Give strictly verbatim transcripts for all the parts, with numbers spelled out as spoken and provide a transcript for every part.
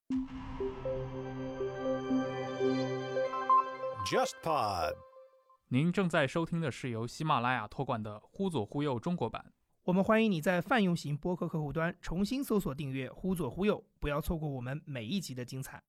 JustPod， 您正在收听的是由喜马拉雅托管的《忽左忽右》中国版。 我们欢迎你在泛用型播客客户端重新搜索订阅《忽左忽右》，不要错过我们每一集的精彩。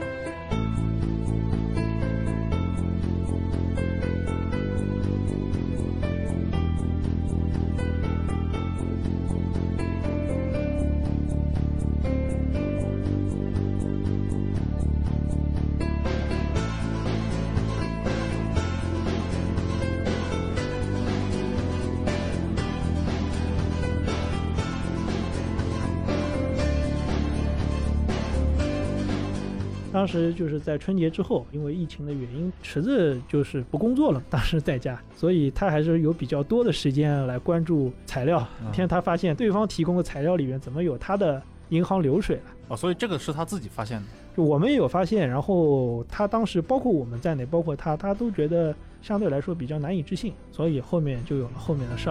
当时就是在春节之后，因为疫情的原因，池子就是不工作了，当时在家，所以他还是有比较多的时间来关注材料。那天他发现对方提供的材料里面怎么有他的银行流水了。 哦，所以这个是他自己发现的。 就我们也有发现，然后他当时包括我们在内，包括他，他都觉得相对来说比较难以置信，所以后面就有了后面的事儿。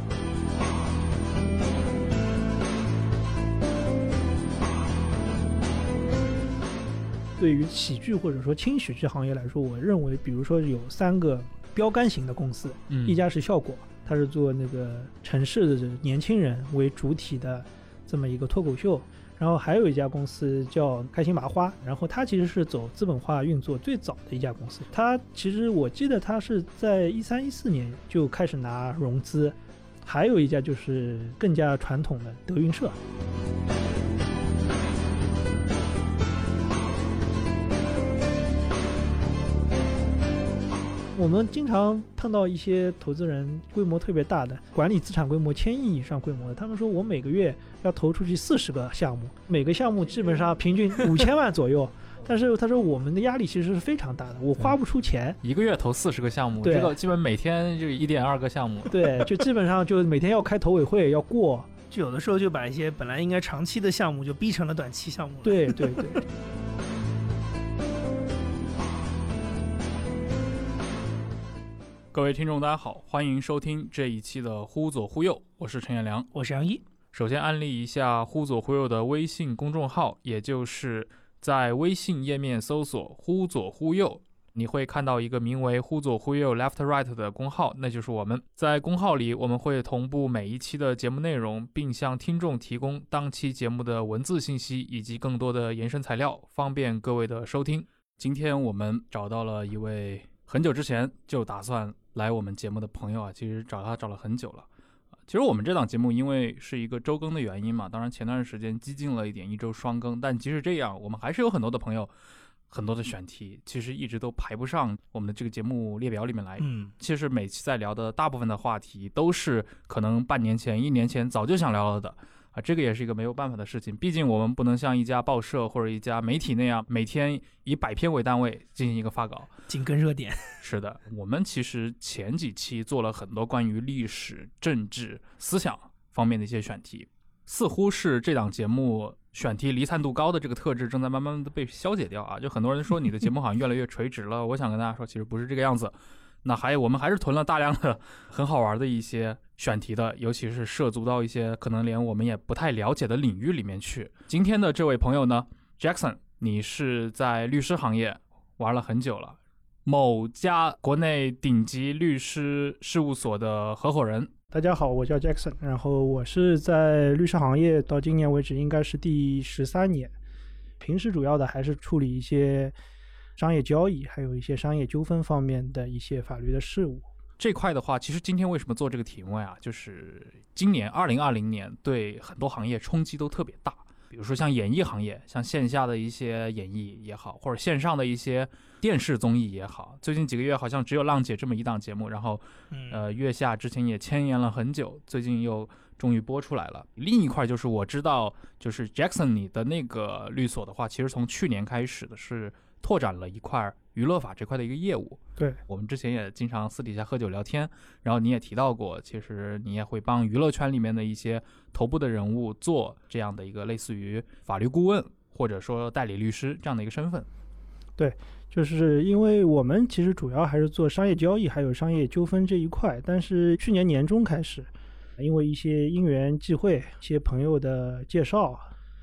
对于喜剧或者说轻喜剧行业来说，我认为比如说有三个标杆型的公司，嗯、一家是效果，它是做那个城市的年轻人为主体的这么一个脱口秀，然后还有一家公司叫开心麻花，然后它其实是走资本化运作最早的一家公司，它其实我记得它是在一三一四年就开始拿融资，还有一家就是更加传统的德云社。我们经常碰到一些投资人规模特别大的，管理资产规模千亿以上规模的，他们说我每个月要投出去四十个项目，每个项目基本上平均五千万左右。但是他说我们的压力其实是非常大的，我花不出钱， 一个月投四十个项目，这个基本每天就一点二个项目， 对，就基本上就每天要开投委会要过， 就有的时候就把一些本来应该长期的项目就逼成了短期项目了。 对对对。 各位听众大家好，欢迎收听这一期的忽左忽右，我是陈彦良， 我是杨一。 首先安利一下忽左忽右的微信公众号，也就是在微信页面搜索忽左忽右，你会看到一个名为忽左忽右 left right 的公号，那就是我们。在公号里我们会同步每一期的节目内容，并向听众提供当期节目的文字信息以及更多的延伸材料，方便各位的收听。今天我们找到了一位很久之前就打算来我们节目的朋友啊，其实找他找了很久了。其实我们这档节目因为是一个周更的原因嘛，当然前段时间激进了一点，一周双更，但即使这样，我们还是有很多的朋友，很多的选题其实一直都排不上我们的这个节目列表里面来。嗯，其实每期在聊的大部分的话题都是可能半年前、一年前早就想聊了的。啊，这个也是一个没有办法的事情，毕竟我们不能像一家报社或者一家媒体那样每天以百篇为单位进行一个发稿， 紧跟热点。 是的，我们其实前几期做了很多关于历史、政治、思想方面的一些选题，似乎是这档节目选题离散度高的这个特质正在慢慢的被消解掉啊！就很多人说你的节目好像越来越垂直了，我想跟大家说，其实不是这个样子。那还有我们还是囤了大量的很好玩的一些选题的，尤其是涉足到一些可能连我们也不太了解的领域里面去。今天的这位朋友呢 Jackson， 你是在律师行业玩了很久了，某家国内顶级律师事务所的合伙人。 大家好，我叫 Jackson， 然后我是在律师行业到今年为止应该是第十三年，平时主要的还是处理一些商业交易，还有一些商业纠纷方面的一些法律的事务。 这块的话，其实今天为什么做这个题目呀？就是今年二零二零年对很多行业冲击都特别大，比如说像演艺行业，像线下的一些演艺也好，或者线上的一些电视综艺也好，最近几个月好像只有浪姐这么一档节目，然后呃，月下之前也牵延了很久，最近又终于播出来了。另一块就是我知道，就是 Jackson 你的那个律所的话，其实从去年开始的是拓展了一块娱乐法这块的一个业务。 对， 我们之前也经常私底下喝酒聊天，然后你也提到过，其实你也会帮娱乐圈里面的一些头部的人物做这样的一个类似于法律顾问或者说代理律师这样的一个身份。 对，就是因为我们其实主要还是做商业交易还有商业纠纷这一块，但是去年年中开始，因为一些因缘际会，一些朋友的介绍，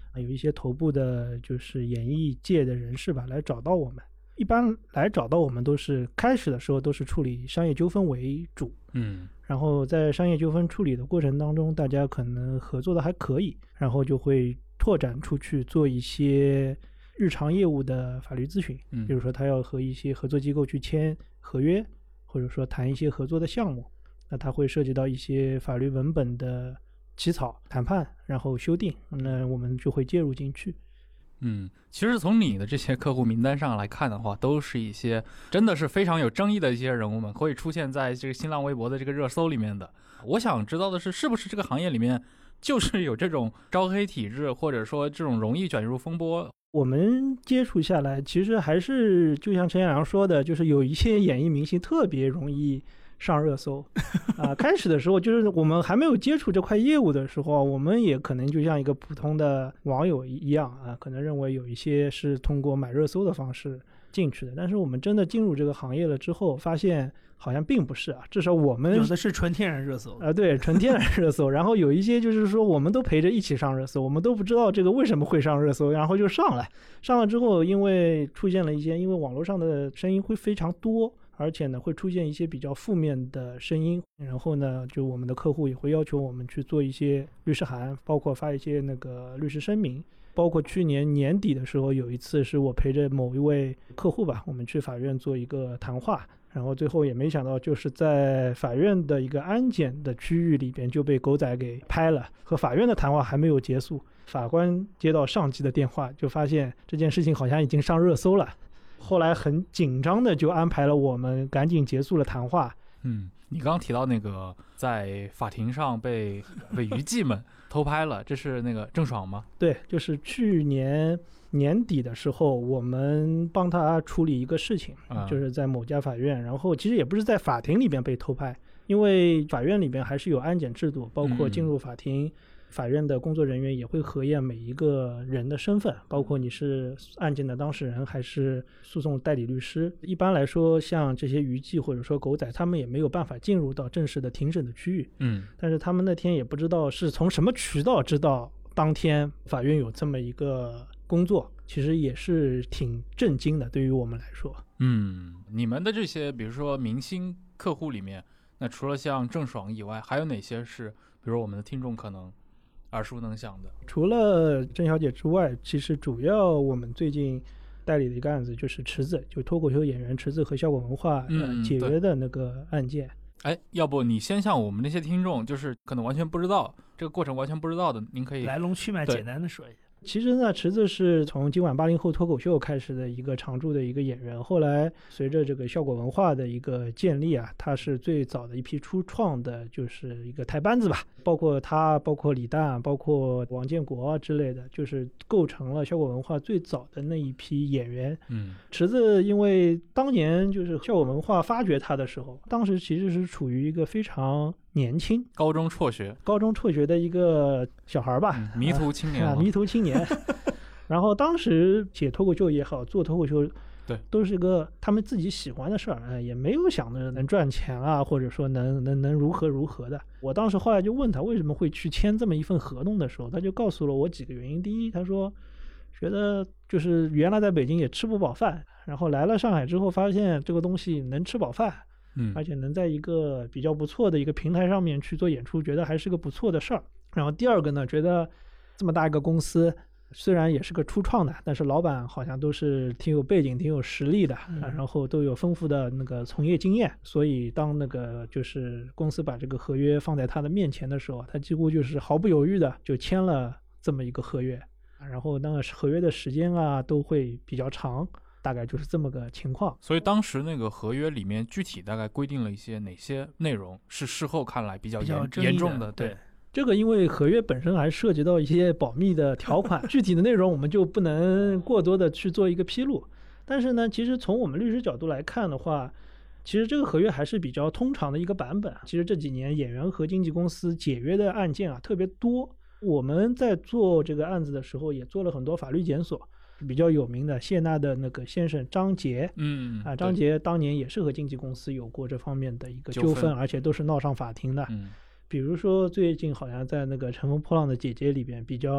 有一些头部的就是演艺界的人士吧来找到我们。一般来找到我们都是开始的时候都是处理商业纠纷为主， 嗯， 然后在商业纠纷处理的过程当中，大家可能合作的还可以，然后就会拓展出去做一些日常业务的法律咨询， 嗯比如说他要和一些合作机构去签合约，或者说谈一些合作的项目，那它会涉及到一些法律文本的起草、谈判，然后修订，那我们就会介入进去。 嗯，其实从你的这些客户名单上来看的话，都是一些真的是非常有争议的一些人物们，会出现在这个新浪微博的这个热搜里面的。我想知道的是，是不是这个行业里面就是有这种招黑体质，或者说这种容易卷入风波？ 我们接触下来，其实还是就像陈彦良说的，就是有一些演艺明星特别容易上热搜啊。开始的时候，就是我们还没有接触这块业务的时候，我们也可能就像一个普通的网友一样啊，可能认为有一些是通过买热搜的方式进去的。但是我们真的进入这个行业了之后，发现好像并不是啊，至少我们有的是纯天然热搜啊，对，纯天然热搜。然后有一些就是说，我们都陪着一起上热搜，我们都不知道这个为什么会上热搜，然后就上来，上了之后，因为出现了一些，因为网络上的声音会非常多。而且呢，会出现一些比较负面的声音，然后呢，就我们的客户也会要求我们去做一些律师函，包括发一些那个律师声明。包括去年年底的时候，有一次是我陪着某一位客户吧，我们去法院做一个谈话，然后最后也没想到，就是在法院的一个安检的区域里边就被狗仔给拍了，和法院的谈话还没有结束，法官接到上级的电话，就发现这件事情好像已经上热搜了。后来很紧张的就安排了我们赶紧结束了谈话。 嗯，你刚刚提到那个在法庭上被被娱记们偷拍了，这是那个郑爽吗？ 对，就是去年年底的时候，我们帮他处理一个事情， 嗯、 就是在某家法院，然后其实也不是在法庭里边被偷拍，因为法院里边还是有安检制度，包括进入法庭。嗯法院的工作人员也会核验每一个人的身份，包括你是案件的当事人还是诉讼代理律师。一般来说，像这些娱记或者说狗仔，他们也没有办法进入到正式的庭审的区域。 嗯， 但是他们那天也不知道是从什么渠道知道当天法院有这么一个工作，其实也是挺震惊的，对于我们来说。 嗯，你们的这些比如说明星客户里面，那除了像郑爽以外，还有哪些是比如我们的听众可能耳熟能详的？ 除了郑小姐之外，其实主要我们最近代理的一个案子就是池子，就脱口秀演员池子和效果文化、 嗯、 呃解约的那个案件。 哎，要不你先向我们那些听众，就是可能完全不知道这个过程完全不知道的，您可以来龙去脉简单的说一下。 其实呢，池子是从今晚八零后脱口秀开始的一个常驻的一个演员，后来随着这个效果文化的一个建立啊，他是最早的一批初创的，就是一个台班子吧，包括他，包括李诞，包括王建国之类的，就是构成了效果文化最早的那一批演员。 嗯， 池子因为当年就是效果文化发掘他的时候，当时其实是处于一个非常年轻， 高中辍学， 高中辍学的一个小孩吧， 嗯、迷途青年啊，迷途青年。然后当时写脱口秀也好，做脱口秀， 对， 都是个他们自己喜欢的事儿，也没有想着能赚钱啊，或者说能能能如何如何的。我当时后来就问他为什么会去签这么一份合同的时候，他就告诉了我几个原因。第一，他说觉得就是原来在北京也吃不饱饭，然后来了上海之后发现这个东西能吃饱饭。 嗯， 而且能在一个比较不错的一个平台上面去做演出，觉得还是个不错的事儿。然后第二个呢，觉得这么大一个公司，虽然也是个初创的，但是老板好像都是挺有背景、挺有实力的， 嗯、 然后都有丰富的那个从业经验。所以当那个就是公司把这个合约放在他的面前的时候，他几乎就是毫不犹豫的就签了这么一个合约。然后那个合约的时间啊都会比较长。大概就是这么个情况。 所以当时那个合约里面具体大概规定了一些哪些内容是事后看来比较严严重的？ 对， 这个因为合约本身还涉及到一些保密的条款，具体的内容我们就不能过多的去做一个披露。但是呢，其实从我们律师角度来看的话，其实这个合约还是比较通常的一个版本。其实这几年演员和经纪公司解约的案件啊特别多，我们在做这个案子的时候也做了很多法律检索。比较有名的谢娜的那个先生张杰， 嗯啊，张杰当年也是和经纪公司有过这方面的一个纠纷， 纠纷而且都是闹上法庭的。 嗯， 比如说最近好像在那个《乘风破浪的姐姐》里边比较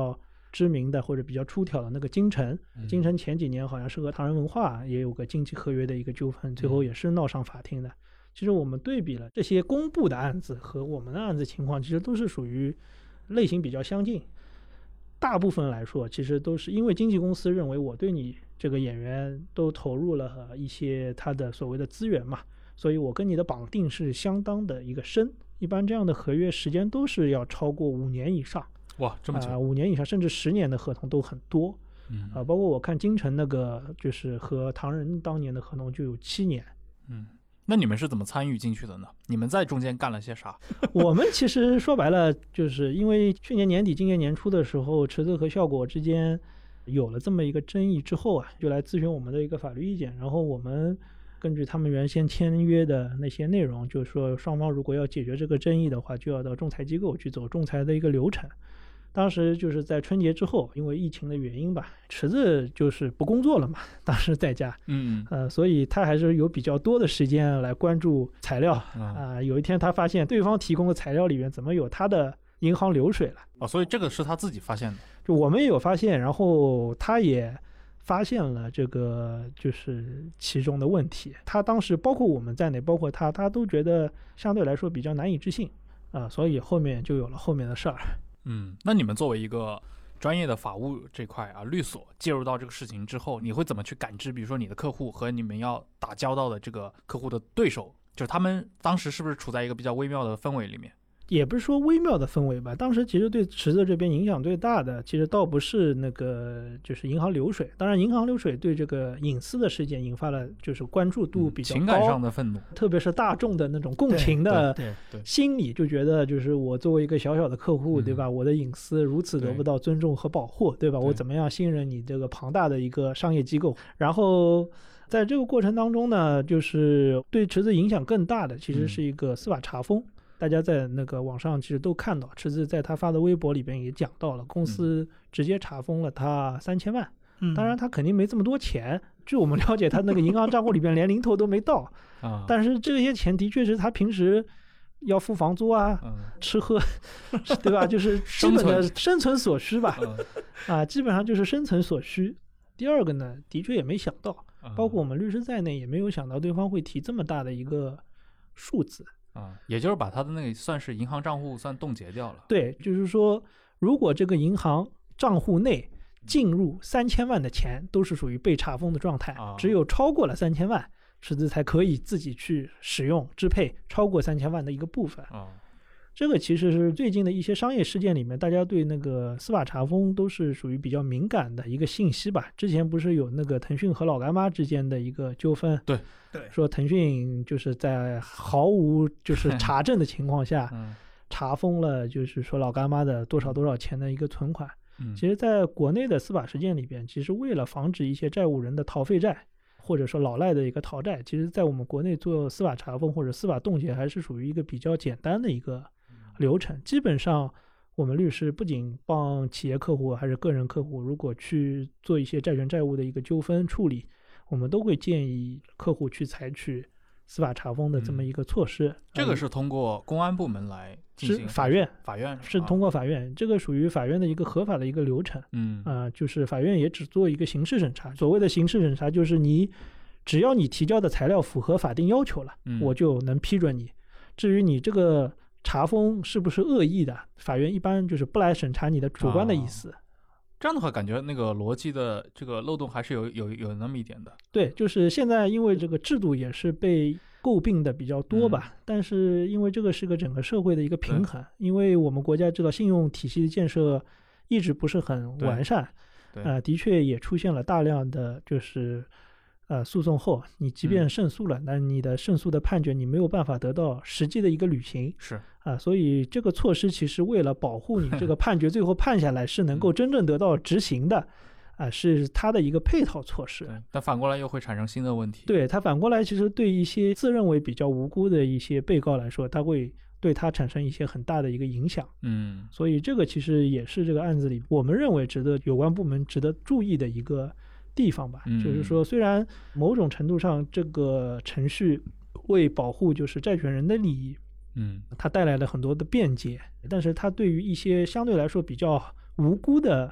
知名的或者比较出挑的那个金城， 嗯、 金城前几年好像是和唐人文化也有个经济合约的一个纠纷，最后也是闹上法庭的。嗯、其实我们对比了这些公布的案子和我们的案子情况，其实都是属于类型比较相近。大部分来说，其实都是因为经纪公司认为我对你这个演员都投入了一些他的所谓的资源嘛，所以我跟你的绑定是相当的一个深。一般这样的合约时间都是要超过五年以上。 哇，这么久！ 啊、呃，五年以上甚至十年的合同都很多。 嗯啊、呃，包括我看金城那个，就是和唐人当年的合同就有七年。 嗯。那你们是怎么参与进去的呢？你们在中间干了些啥？ 我们其实说白了，就是因为去年年底、今年年初的时候，池子和效果之间有了这么一个争议之后啊，就来咨询我们的一个法律意见。然后我们根据他们原先签约的那些内容，就是说双方如果要解决这个争议的话，就要到仲裁机构去走仲裁的一个流程。当时就是在春节之后，因为疫情的原因吧，池子就是不工作了嘛，当时在家， 嗯呃，所以他还是有比较多的时间来关注材料啊、 嗯呃。有一天他发现对方提供的材料里面怎么有他的银行流水了？ 哦，所以这个是他自己发现的。 就我们也有发现，然后他也发现了这个就是其中的问题。他当时包括我们在内，包括他，他都觉得相对来说比较难以置信啊、呃，所以后面就有了后面的事儿。 嗯，那你们作为一个专业的法务这块啊，律所介入到这个事情之后，你会怎么去感知？比如说你的客户和你们要打交道的这个客户的对手，就是他们当时是不是处在一个比较微妙的氛围里面？ 也不是说微妙的氛围吧，当时其实对池子这边影响最大的，其实倒不是那个就是银行流水，当然银行流水对这个隐私的事件引发了就是关注度比较高， 嗯、情感上的愤怒， 特别是大众的那种共情的心理，就觉得就是我作为一个小小的客户，对吧？我的隐私如此得不到尊重和保护，对吧？我怎么样信任你这个庞大的一个商业机构？然后在这个过程当中呢，就是对池子影响更大的，其实是一个司法查封。嗯，大家在那个网上其实都看到，池子在他发的微博里边也讲到了，公司直接查封了他三千万。嗯，当然他肯定没这么多钱，据我们了解，他那个银行账户里边连零头都没到。啊，但是这些钱的确是他平时要付房租啊、嗯、吃喝，对吧？就是基本的生存所需吧。啊，基本上就是生存所需。第二个呢，的确也没想到，包括我们律师在内也没有想到对方会提这么大的一个数字。 啊，也就是把他的那个算是银行账户算冻结掉了。 对，就是说，如果这个银行账户内进入三千万的钱，都是属于被查封的状态，啊、只有超过了三千万，池子才可以自己去使用支配超过三千万的一个部分。啊，这个其实是最近的一些商业事件里面，大家对那个司法查封都是属于比较敏感的一个信息吧。之前不是有那个腾讯和老干妈之间的一个纠纷？ 对。 对， 说腾讯就是在毫无就是查证的情况下，查封了就是说老干妈的多少多少钱的一个存款。嗯，其实在国内的司法实践里边，其实为了防止一些债务人的逃废债，或者说老赖的一个逃债，其实在我们国内做司法查封或者司法冻结还是属于一个比较简单的一个流程。基本上我们律师不仅帮企业客户还是个人客户，如果去做一些债权债务的一个纠纷处理，我们都会建议客户去采取司法查封的这么一个措施。嗯、 这个是通过公安部门来进行？ 是法院， 法院是通过法院，啊、这个属于法院的一个合法的一个流程。嗯啊、呃，就是法院也只做一个刑事审查。所谓的刑事审查，就是你只要你提交的材料符合法定要求了，嗯、我就能批准你。至于你这个查封是不是恶意的，法院一般就是不来审查你的主观的意思。啊， 这样的话，感觉那个逻辑的这个漏洞还是有有有那么一点的。 对，就是现在因为这个制度也是被诟病的比较多吧，嗯、但是因为这个是个整个社会的一个平衡，因为我们国家知道信用体系的建设一直不是很完善，呃，的确也出现了大量的就是呃诉讼后，你即便胜诉了，那、嗯、你的胜诉的判决你没有办法得到实际的一个履行。 是。 啊，所以这个措施其实为了保护你这个判决最后判下来是能够真正得到执行的，啊，是它的一个配套措施。 但反过来又会产生新的问题。 对，它反过来其实对一些自认为比较无辜的一些被告来说，它会对他产生一些很大的一个影响。嗯，所以这个其实也是这个案子里我们认为值得有关部门值得注意的一个地方吧。嗯、就是说，虽然某种程度上这个程序为保护就是债权人的利益。嗯，它带来了很多的便捷，但是它对于一些相对来说比较无辜的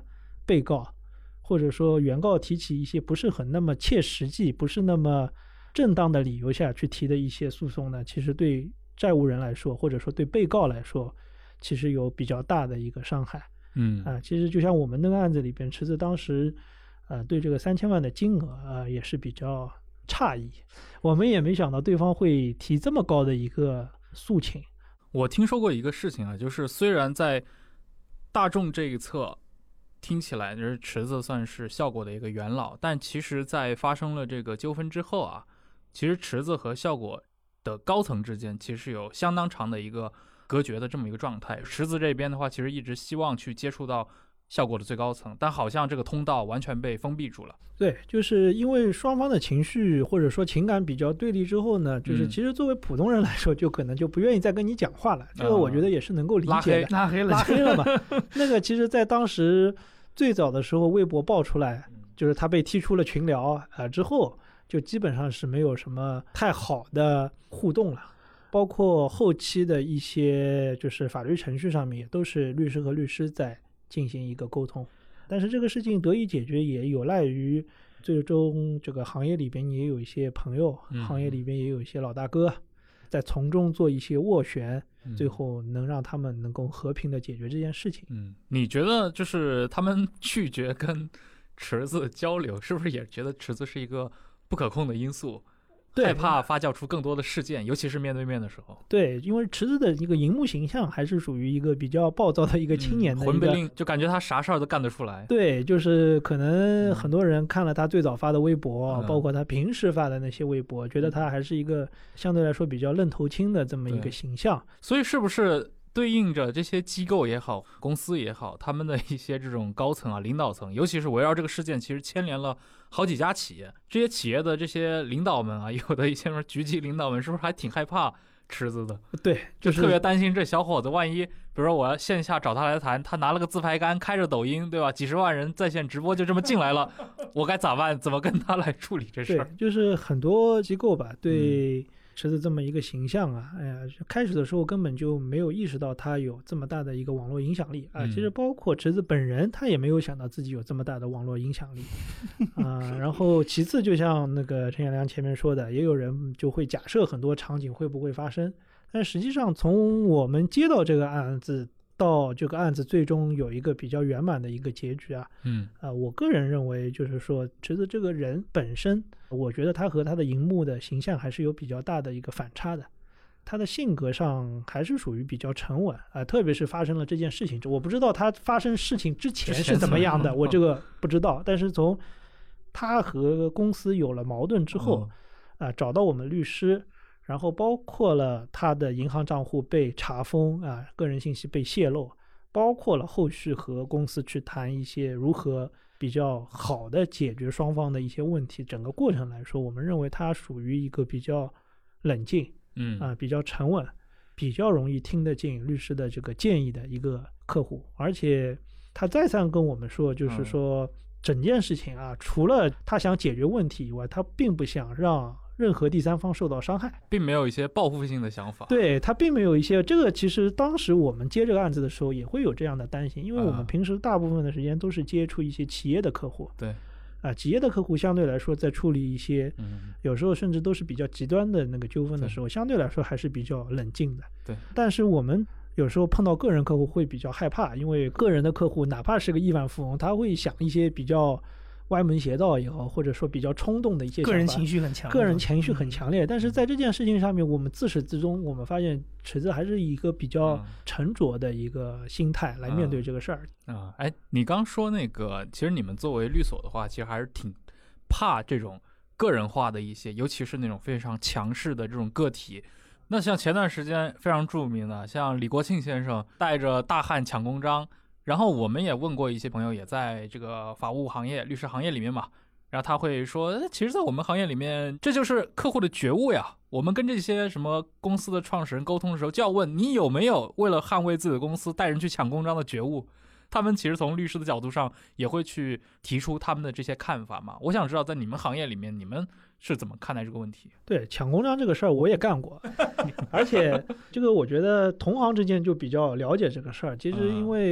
被告或者说原告提起一些不是很那么切实际、不是那么正当的理由下去提的一些诉讼呢，其实对债务人来说，或者说对被告来说，其实有比较大的一个伤害。 嗯啊，其实就像我们那个案子里边，池子当时呃对这个三千万的金额啊、呃、也是比较诧异，我们也没想到对方会提这么高的一个诉请。 我听说过一个事情啊，就是虽然在大众这一侧听起来就是池子算是效果的一个元老，但其实在发生了这个纠纷之后啊，其实池子和效果的高层之间其实有相当长的一个隔绝的这么一个状态。池子这边的话其实一直希望去接触到效果的最高层，但好像这个通道完全被封闭住了。 对，就是因为双方的情绪或者说情感比较对立之后呢，就是其实作为普通人来说，就可能就不愿意再跟你讲话了。嗯、这个我觉得也是能够理解的。 拉黑了， 拉黑了嘛。那个其实，在当时最早的时候，微博爆出来，就是他被踢出了群聊啊、呃、之后，就基本上是没有什么太好的互动了。包括后期的一些就是法律程序上面，也都是律师和律师在进行一个沟通。但是这个事情得以解决，也有赖于最终这个行业里边也有一些朋友， 嗯、 行业里边也有一些老大哥在从中做一些斡旋， 嗯、 最后能让他们能够和平的解决这件事情。 嗯，你觉得就是他们拒绝跟池子交流，是不是也觉得池子是一个不可控的因素？害怕发酵出更多的事件，尤其是面对面的时候。 对，因为池子的一个荧幕形象还是属于一个比较暴躁的一个青年的一个、 嗯、混不吝，就感觉他啥事儿都干得出来。 对，就是可能很多人看了他最早发的微博、嗯、包括他平时发的那些微博、嗯、觉得他还是一个相对来说比较愣头青的这么一个形象。 所以是不是对应着这些机构也好，公司也好，他们的一些这种高层啊、领导层，尤其是围绕这个事件，其实牵连了好几家企业。这些企业的这些领导们啊，有的一些什么局级领导们，是不是还挺害怕池子的？ 对， 就特别担心这小伙子万一，比如说我要线下找他来谈，他拿了个自拍杆，开着抖音，对吧？几十万人在线直播就这么进来了，我该咋办？怎么跟他来处理这事儿？ 对，就是很多机构吧，对。嗯池子这么一个形象啊，哎呀，开始的时候根本就没有意识到他有这么大的一个网络影响力啊。 嗯、 其实包括池子本人，他也没有想到自己有这么大的网络影响力啊。然后其次，就像那个陈小良前面说的，也有人就会假设很多场景会不会发生，但实际上从我们接到这个案子到这个案子最终有一个比较圆满的一个结局啊， 嗯， 啊，我个人认为就是说，池子这个人本身，我觉得他和他的荧幕的形象还是有比较大的一个反差的。他的性格上还是属于比较沉稳啊、呃，特别是发生了这件事情，我不知道他发生事情之前是怎么样的，我这个不知道。但是从他和公司有了矛盾之后，啊、嗯呃，找到我们律师。然后包括了他的银行账户被查封啊，个人信息被泄露，包括了后续和公司去谈一些如何比较好的解决双方的一些问题。整个过程来说，我们认为他属于一个比较冷静， 嗯啊，比较沉稳，比较容易听得进律师的这个建议的一个客户。而且他再三跟我们说，就是说整件事情啊，除了他想解决问题以外，他并不想让任何第三方受到伤害， 并没有一些报复性的想法。 对，他并没有一些这个。其实当时我们接这个案子的时候，也会有这样的担心，因为我们平时大部分的时间都是接触一些企业的客户。 对， 啊，企业的客户相对来说，在处理一些， 嗯， 有时候甚至都是比较极端的那个纠纷的时候，相对来说还是比较冷静的。 对， 但是我们有时候碰到个人客户会比较害怕，因为个人的客户哪怕是个亿万富翁，他会想一些比较歪门邪道也好，或者说比较冲动的一些个人情绪很强， 个人情绪很强烈。但是在这件事情上面，我们自始至终，我们发现池子还是一个比较沉着的一个心态来面对这个事儿。 啊、嗯，哎，你刚说那个，其实你们作为律所的话，其实还是挺怕这种个人化的一些，尤其是那种非常强势的这种个体。那像前段时间非常著名的，像李国庆先生带着大汉抢公章。然后我们也问过一些朋友，也在这个法务行业、律师行业里面嘛，然后他会说，其实在我们行业里面，这就是客户的觉悟呀。我们跟这些什么公司的创始人沟通的时候，就要问你有没有为了捍卫自己的公司带人去抢公章的觉悟。他们其实从律师的角度上也会去提出他们的这些看法嘛。我想知道在你们行业里面，你们是怎么看待这个问题？ 对，抢公章这个事儿我也干过，而且这个我觉得同行之间就比较了解这个事儿。其实因为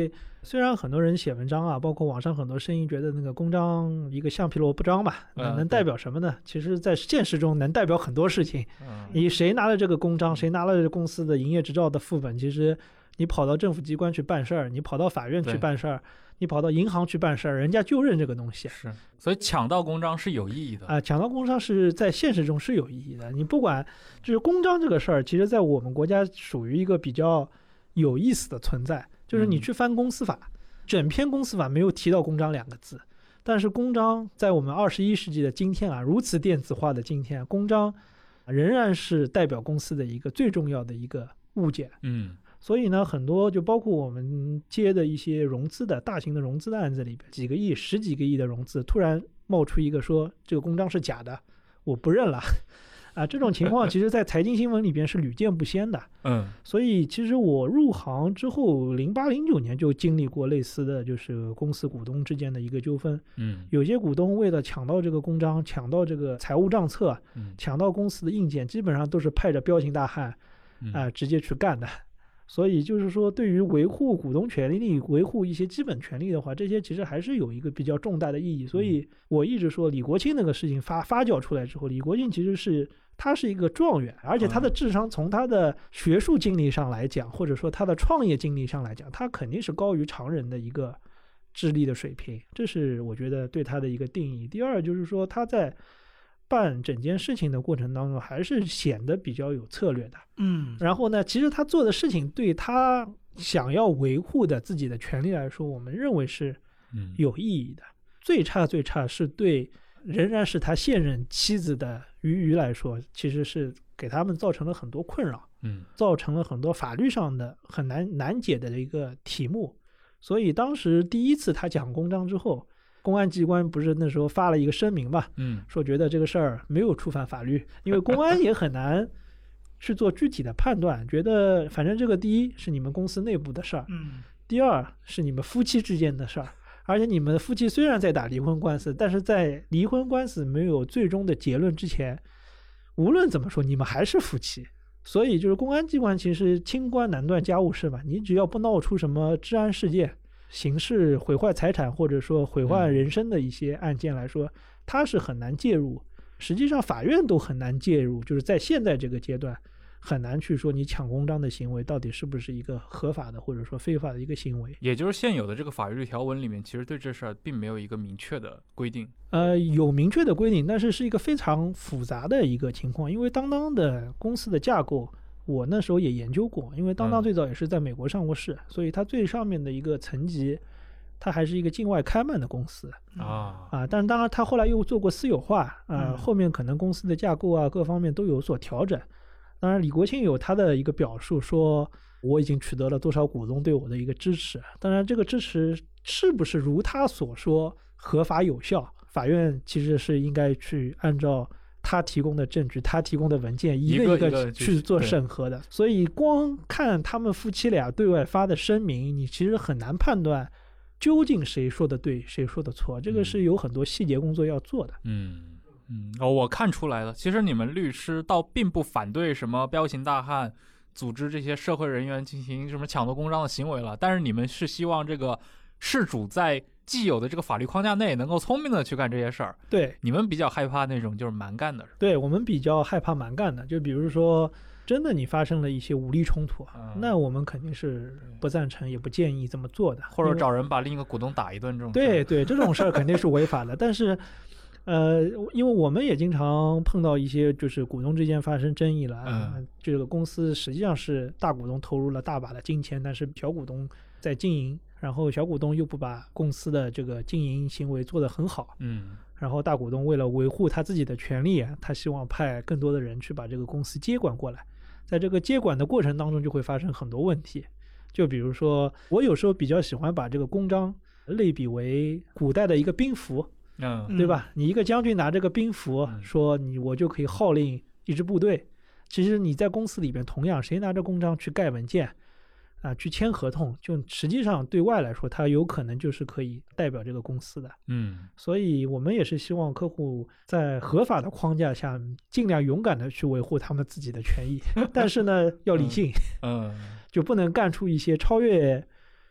虽然很多人写文章啊，包括网上很多声音觉得那个公章一个橡皮萝卜章嘛， 嗯能代表什么呢？其实在现实中能代表很多事情。 嗯你谁拿了这个公章，谁拿了公司的营业执照的副本，其实你跑到政府机关去办事儿，你跑到法院去办事儿，你跑到银行去办事儿，人家就认这个东西。 是，所以抢到公章是有意义的啊、呃，抢到公章是在现实中是有意义的。你不管就是公章这个事儿，其实在我们国家属于一个比较有意思的存在，就是你去翻公司法。嗯，整篇公司法没有提到公章两个字，但是公章在我们二十一世纪的今天啊，如此电子化的今天，公章仍然是代表公司的一个最重要的一个物件。 嗯， 所以呢，很多就包括我们接的一些融资的大型的融资的案子里边，几个亿、十几个亿的融资，突然冒出一个说这个公章是假的，我不认了。啊，这种情况其实在财经新闻里边是屡见不鲜的。 嗯， 所以其实我入行之后，零八零九年就经历过类似的就是公司股东之间的一个纠纷。 嗯， 有些股东为了抢到这个公章，抢到这个财务账册， 嗯， 抢到公司的硬件，基本上都是派着彪形大汉啊、 嗯呃、直接去干的。所以就是说，对于维护股东权利、维护一些基本权利的话，这些其实还是有一个比较重大的意义。所以我一直说，李国庆那个事情发发酵出来之后，李国庆其实是他是一个状元，而且他的智商从他的学术经历上来讲，或者说他的创业经历上来讲，他肯定是高于常人的一个智力的水平，这是我觉得对他的一个定义。第二就是说，他在办整件事情的过程当中还是显得比较有策略的。 嗯， 然后呢，其实他做的事情对他想要维护的自己的权利来说，我们认为是有意义的。最差最差是对仍然是他现任妻子的俞渝来说，其实是给他们造成了很多困扰， 嗯， 造成了很多法律上的很难难解的一个题目。所以当时第一次他讲公章之后，公安机关不是那时候发了一个声明嘛， 嗯， 说觉得这个事儿没有触犯法律，因为公安也很难去做具体的判断，觉得反正这个第一是你们公司内部的事儿， 嗯， 第二是你们夫妻之间的事儿，而且你们夫妻虽然在打离婚官司，但是在离婚官司没有最终的结论之前，无论怎么说你们还是夫妻。所以就是公安机关其实清官难断家务事嘛，你只要不闹出什么治安事件、刑事毁坏财产或者说毁坏人身的一些案件来说，它是很难介入。实际上法院都很难介入，就是在现在这个阶段很难去说你抢公章的行为到底是不是一个合法的或者说非法的一个行为。 也就是现有的这个法律条文里面其实对这事儿并没有一个明确的规定。 呃，有明确的规定，但是是一个非常复杂的一个情况。因为当当的公司的架构我那时候也研究过，因为当当最早也是在美国上过市、嗯、所以它最上面的一个层级它还是一个境外开曼的公司啊啊，但是当然它后来又做过私有化啊、嗯，后面可能公司的架构啊各方面都有所调整。当然李国庆有他的一个表述，说我已经取得了多少股东对我的一个支持，当然这个支持是不是如他所说合法有效，法院其实是应该去按照他提供的证据他提供的文件一个一个去做审核的。所以光看他们夫妻俩对外发的声明，你其实很难判断究竟谁说的对谁说的错，这个是有很多细节工作要做的。 嗯嗯，哦，我看出来了，其实你们律师倒并不反对什么彪形大汉组织这些社会人员进行什么抢夺公章的行为了，但是你们是希望这个事主在既有的这个法律框架内能够聪明的去干这些事儿。 对， 你们比较害怕那种就是蛮干的。 对，我们比较害怕蛮干的，就比如说真的你发生了一些武力冲突、嗯、那我们肯定是不赞成也不建议这么做的， 或者找人把另一个股东打一顿这种事。 对对，这种事儿肯定是违法的。但是呃，因为我们也经常碰到一些就是股东之间发生争议了啊、嗯，这个公司实际上是大股东投入了大把的金钱，但是小股东在经营，然后小股东又不把公司的这个经营行为做得很好， 嗯， 然后大股东为了维护他自己的权利，他希望派更多的人去把这个公司接管过来，在这个接管的过程当中就会发生很多问题。就比如说我有时候比较喜欢把这个公章类比为古代的一个兵符， 嗯， 对吧？你一个将军拿这个兵符说你我就可以号令一支部队，其实你在公司里边同样谁拿着公章去盖文件啊，去签合同，就实际上对外来说它有可能就是可以代表这个公司的。 嗯， 所以我们也是希望客户在合法的框架下尽量勇敢的去维护他们自己的权益但是呢要理性， 嗯， 就不能干出一些超越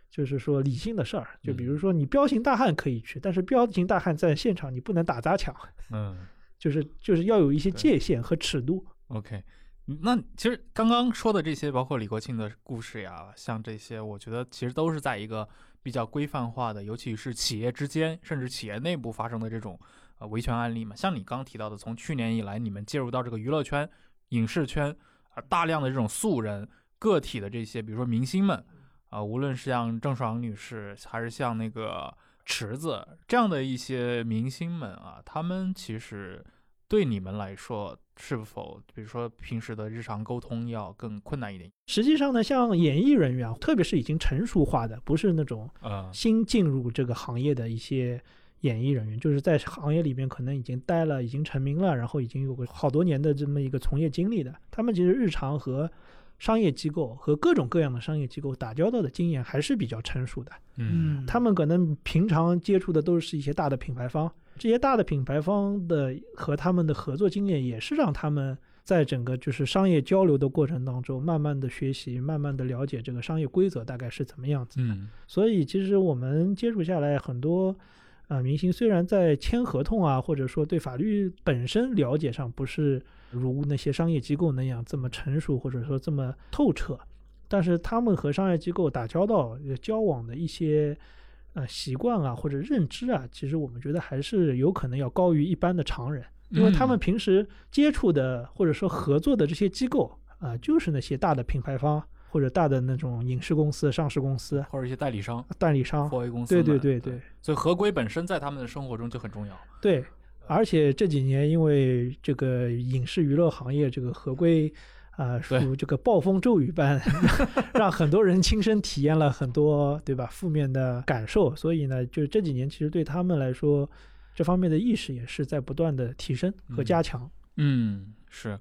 就是说理性的事儿。就比如说你彪形大汉可以去，但是彪形大汉在现场你不能打砸抢， 嗯， 就是就是要有一些界限和尺度。 OK。那其实刚刚说的这些，包括李国庆的故事呀，像这些，我觉得其实都是在一个比较规范化的，尤其是企业之间，甚至企业内部发生的这种呃维权案例嘛。像你刚提到的，从去年以来，你们介入到这个娱乐圈、影视圈，啊、呃，大量的这种素人、个体的这些，比如说明星们，啊、呃，无论是像郑爽女士，还是像那个池子这样的一些明星们啊，他们其实对你们来说，是否比如说平时的日常沟通要更困难一点？ 实际上呢，像演艺人员啊，特别是已经成熟化的，不是那种新进入这个行业的一些演艺人员，就是在行业里面可能已经待了，已经成名了，然后已经有个好多年的这么一个从业经历的，他们其实日常和商业机构和各种各样的商业机构打交道的经验还是比较成熟的。 嗯， 他们可能平常接触的都是一些大的品牌方，这些大的品牌方的和他们的合作经验，也是让他们在整个就是商业交流的过程当中，慢慢的学习，慢慢的了解这个商业规则大概是怎么样子的。 嗯， 所以其实我们接触下来，很多呃明星虽然在签合同啊，或者说对法律本身了解上不是如那些商业机构那样这么成熟，或者说这么透彻，但是他们和商业机构打交道、交往的一些呃习惯啊或者认知啊，其实我们觉得还是有可能要高于一般的常人，因为他们平时接触的或者说合作的这些机构啊、呃，就是那些大的品牌方或者大的那种影视公司、上市公司或者一些代理商、 代理商、 四 A 公司， 对对对 对, 对， 所以合规本身在他们的生活中就很重要。 对，而且这几年因为这个影视娱乐行业这个合规啊，如这个暴风骤雨般让很多人亲身体验了很多，对吧，负面的感受，所以呢就这几年其实对他们来说这方面的意识也是在不断的提升和加强。 嗯，嗯，是。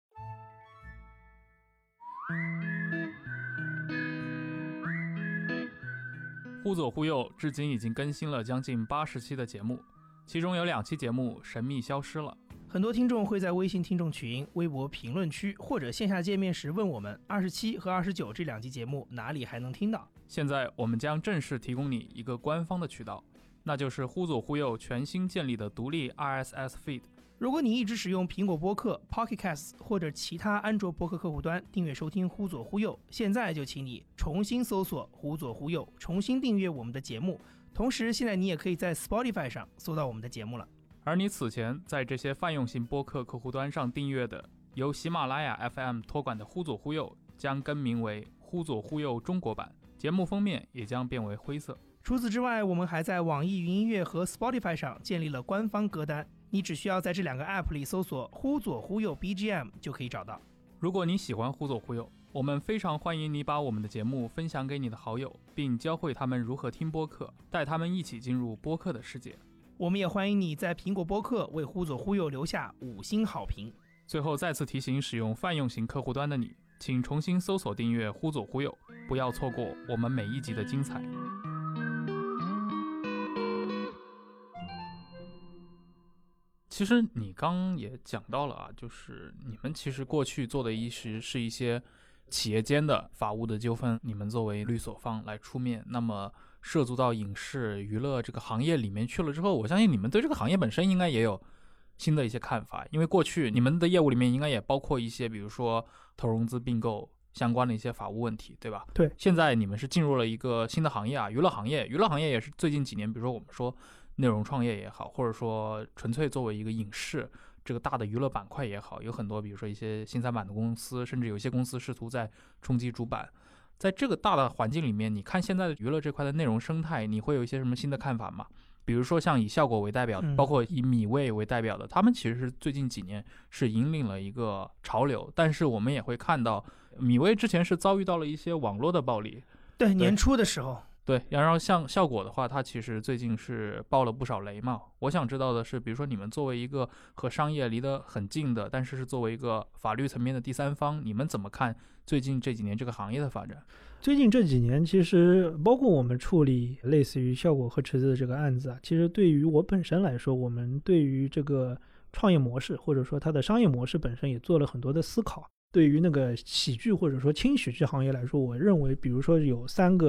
忽左忽右至今已经更新了将近八十期的节目，其中有两期节目神秘消失了。 很多听众会在微信听众群、微博评论区或者线下见面时问我们二十七和二十九这两期节目哪里还能听到。 现在我们将正式提供你一个官方的渠道，那就是忽左忽右全新建立的独立 R S S feed。 如果你一直使用苹果播客、Pocket Casts 或者其他安卓播客客户端订阅收听忽左忽右，现在就请你重新搜索忽左忽右，重新订阅我们的节目。同时现在你也可以在 Spotify 上搜到我们的节目了。 而你此前在这些泛用型播客客户端上订阅的由喜马拉雅 F M 托管的忽左忽右将更名为忽左忽右中国版，节目封面也将变为灰色。 除此之外，我们还在网易云音乐和 Spotify 上建立了官方歌单，你只需要在这两个 App 里搜索忽左忽右 B G M 就可以找到。 如果你喜欢忽左忽右，我们非常欢迎你把我们的节目分享给你的好友，并教会他们如何听播客，带他们一起进入播客的世界。 我们也欢迎你在苹果播客为忽左忽右留下五星好评。 最后再次提醒使用泛用型客户端的你，请重新搜索订阅忽左忽右，不要错过我们每一集的精彩。其实你刚也讲到了啊，就是你们其实过去做的一是是一些企业间的法务的纠纷，你们作为律所方来出面，那么涉足到影视娱乐这个行业里面去了之后，我相信你们对这个行业本身应该也有新的一些看法，因为过去你们的业务里面应该也包括一些比如说投融资并购相关的一些法务问题，对吧？ 对。 现在你们是进入了一个新的行业啊，娱乐行业，娱乐行业也是最近几年，比如说我们说内容创业也好，或者说纯粹作为一个影视这个大的娱乐板块也好，有很多比如说一些新三板的公司，甚至有些公司试图在冲击主板。在这个大的环境里面，你看现在的娱乐这块的内容生态，你会有一些什么新的看法吗？比如说像以效果为代表的，包括以米味为代表的，他们其实是最近几年是引领了一个潮流，但是我们也会看到米味之前是遭遇到了一些网络的暴力。 对，年初的时候。 对，然后像效果的话，它其实最近是爆了不少雷嘛。我想知道的是，比如说你们作为一个和商业离得很近的，但是是作为一个法律层面的第三方，你们怎么看最近这几年这个行业的发展？ 最近这几年，其实包括我们处理类似于效果和池子的这个案子啊，其实对于我本身来说，我们对于这个创业模式或者说它的商业模式本身也做了很多的思考。对于那个喜剧或者说轻喜剧行业来说，我认为比如说有三个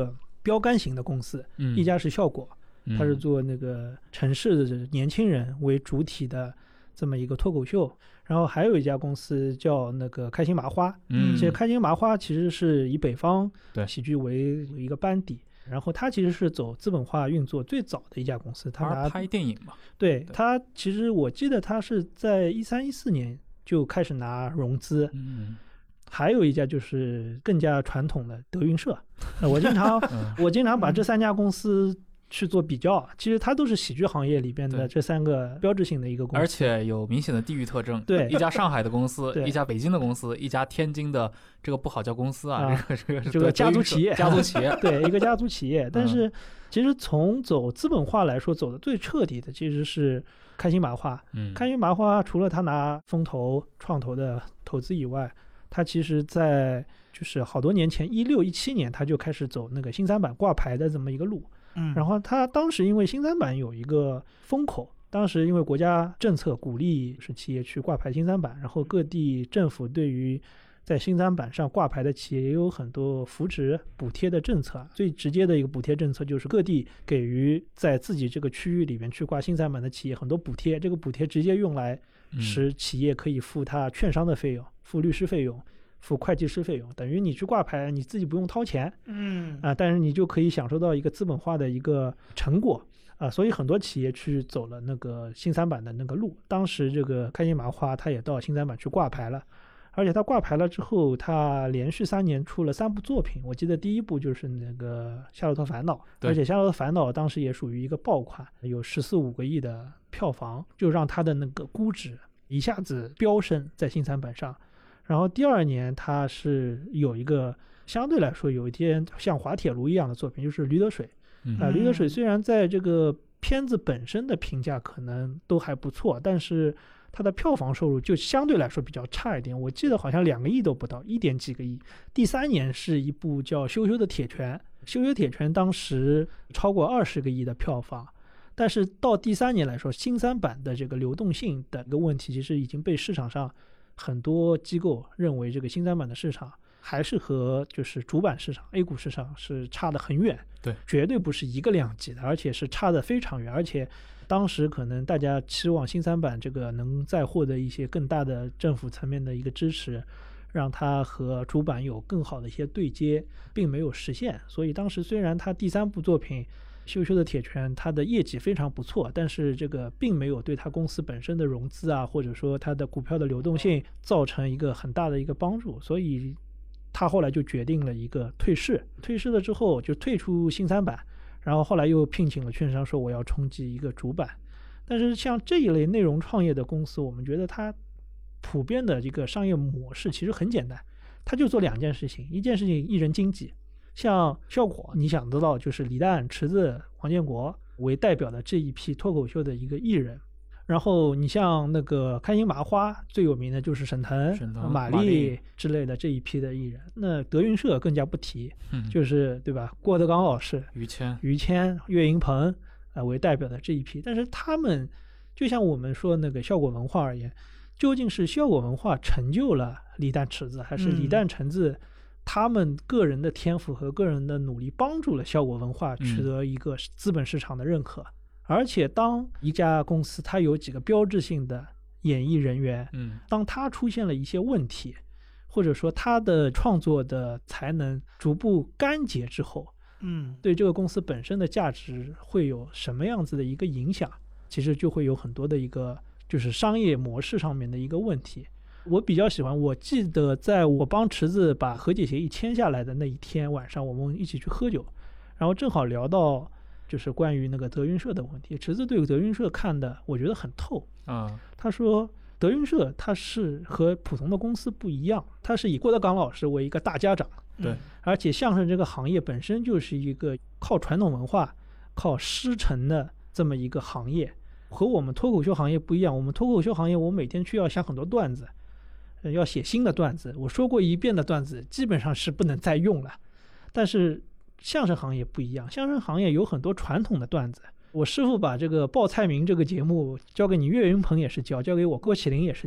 标杆型的公司， 嗯、 一家是效果，它是做那个城市的年轻人为主体的这么一个脱口秀，然后还有一家公司叫那个开心麻花， 嗯， 其实开心麻花其实是以北方喜剧为一个班底，然后它其实是走资本化运作最早的一家公司，它拿拍电影嘛， 对，它其实我记得它是在一三一四年就开始拿融资， 嗯。 还有一家就是更加传统的德云社，我经常我经常把这三家公司去做比较，其实它都是喜剧行业里边的这三个标志性的一个公司， 而且有明显的地域特征。 对， 一家上海的公司，一家北京的公司，一家天津的，这个不好叫公司啊， 啊这个这个这个家族企业， 家族企业， 对，一个家族企业。但是其实从走资本化来说，走的最彻底的其实是开心麻花。 嗯， 开心麻花除了他拿风投、创投的投资以外，他其实在就是好多年前，一六一七年他就开始走那个新三板挂牌的这么一个路。 嗯， 然后他当时因为新三板有一个风口，当时因为国家政策鼓励是企业去挂牌新三板，然后各地政府对于在新三板上挂牌的企业也有很多扶持补贴的政策。最直接的一个补贴政策就是各地给予在自己这个区域里面去挂新三板的企业很多补贴，这个补贴直接用来使企业可以付他券商的费用、付律师费用、付会计师费用，等于你去挂牌你自己不用掏钱， 嗯啊，但是你就可以享受到一个资本化的一个成果啊，所以很多企业去走了那个新三板的那个路。当时这个开心麻花它也到新三板去挂牌了，而且它挂牌了之后，它连续三年出了三部作品，我记得第一部就是那个《夏洛特烦恼》，而且《夏洛特烦恼》当时也属于一个爆款，有十四五个亿的票房，就让它的那个估值一下子飙升在新三板上。然后第二年它是有一个相对来说有一点像滑铁卢一样的作品，就是《驴得水》啊，《驴得水》虽然在这个片子本身的评价可能都还不错，但是它的票房收入就相对来说比较差一点，我记得好像两个亿都不到，一点几个亿。第三年是一部叫《羞羞的铁拳》，《羞羞铁拳》当时超过二十个亿的票房，但是到第三年来说，新三板的这个流动性的一个问题，其实已经被市场上很多机构认为这个新三板的市场还是和就是主板市场 A 股市场是差得很远， 对， 绝对不是一个量级的，而且是差得非常远。而且当时可能大家期望新三板这个能再获得一些更大的政府层面的一个支持，让它和主板有更好的一些对接，并没有实现。所以当时虽然它第三部作品羞羞的铁拳它的业绩非常不错，但是这个并没有对它公司本身的融资啊，或者说它的股票的流动性造成一个很大的一个帮助，所以他后来就决定了一个退市。退市了之后就退出新三板，然后后来又聘请了券商说我要冲击一个主板。但是像这一类内容创业的公司，我们觉得它普遍的一个商业模式其实很简单，它就做两件事情，一件事情艺人经济，像效果你想得到就是李诞、池子、王建国为代表的这一批脱口秀的一个艺人，然后你像那个开心麻花最有名的就是沈腾、 沈腾马丽之类的这一批的艺人，那德云社更加不提， 嗯、 就是对吧？郭德纲老师、 于谦、 于谦、岳云鹏啊、呃、为代表的这一批，但是他们就像我们说那个效果文化而言，究竟是效果文化成就了李诞、池子，还是李诞、池子他们个人的天赋和个人的努力帮助了效果文化取得一个资本市场的认可？嗯、而且当一家公司它有几个标志性的演艺人员， 嗯， 当它出现了一些问题，或者说他的创作的才能逐步干竭之后， 嗯， 对这个公司本身的价值会有什么样子的一个影响？其实就会有很多的一个就是商业模式上面的一个问题。我比较喜欢，我记得在我帮池子把和解协议签下来的那一天晚上，我们一起去喝酒，然后正好聊到就是关于那个德云社的问题。池子对德云社看的我觉得很透啊， 他说德云社它是和普通的公司不一样，它是以郭德纲老师为一个大家长， 对， 而且相声这个行业本身就是一个靠传统文化、靠师承的这么一个行业，和我们脱口秀行业不一样。我们脱口秀行业，我每天需要想很多段子，要写新的段子，我说过一遍的段子基本上是不能再用了。但是相声行业不一样，相声行业有很多传统的段子。我师傅把这个报菜名这个节目交给你，岳云鹏也是教，交给我郭麒麟也是教。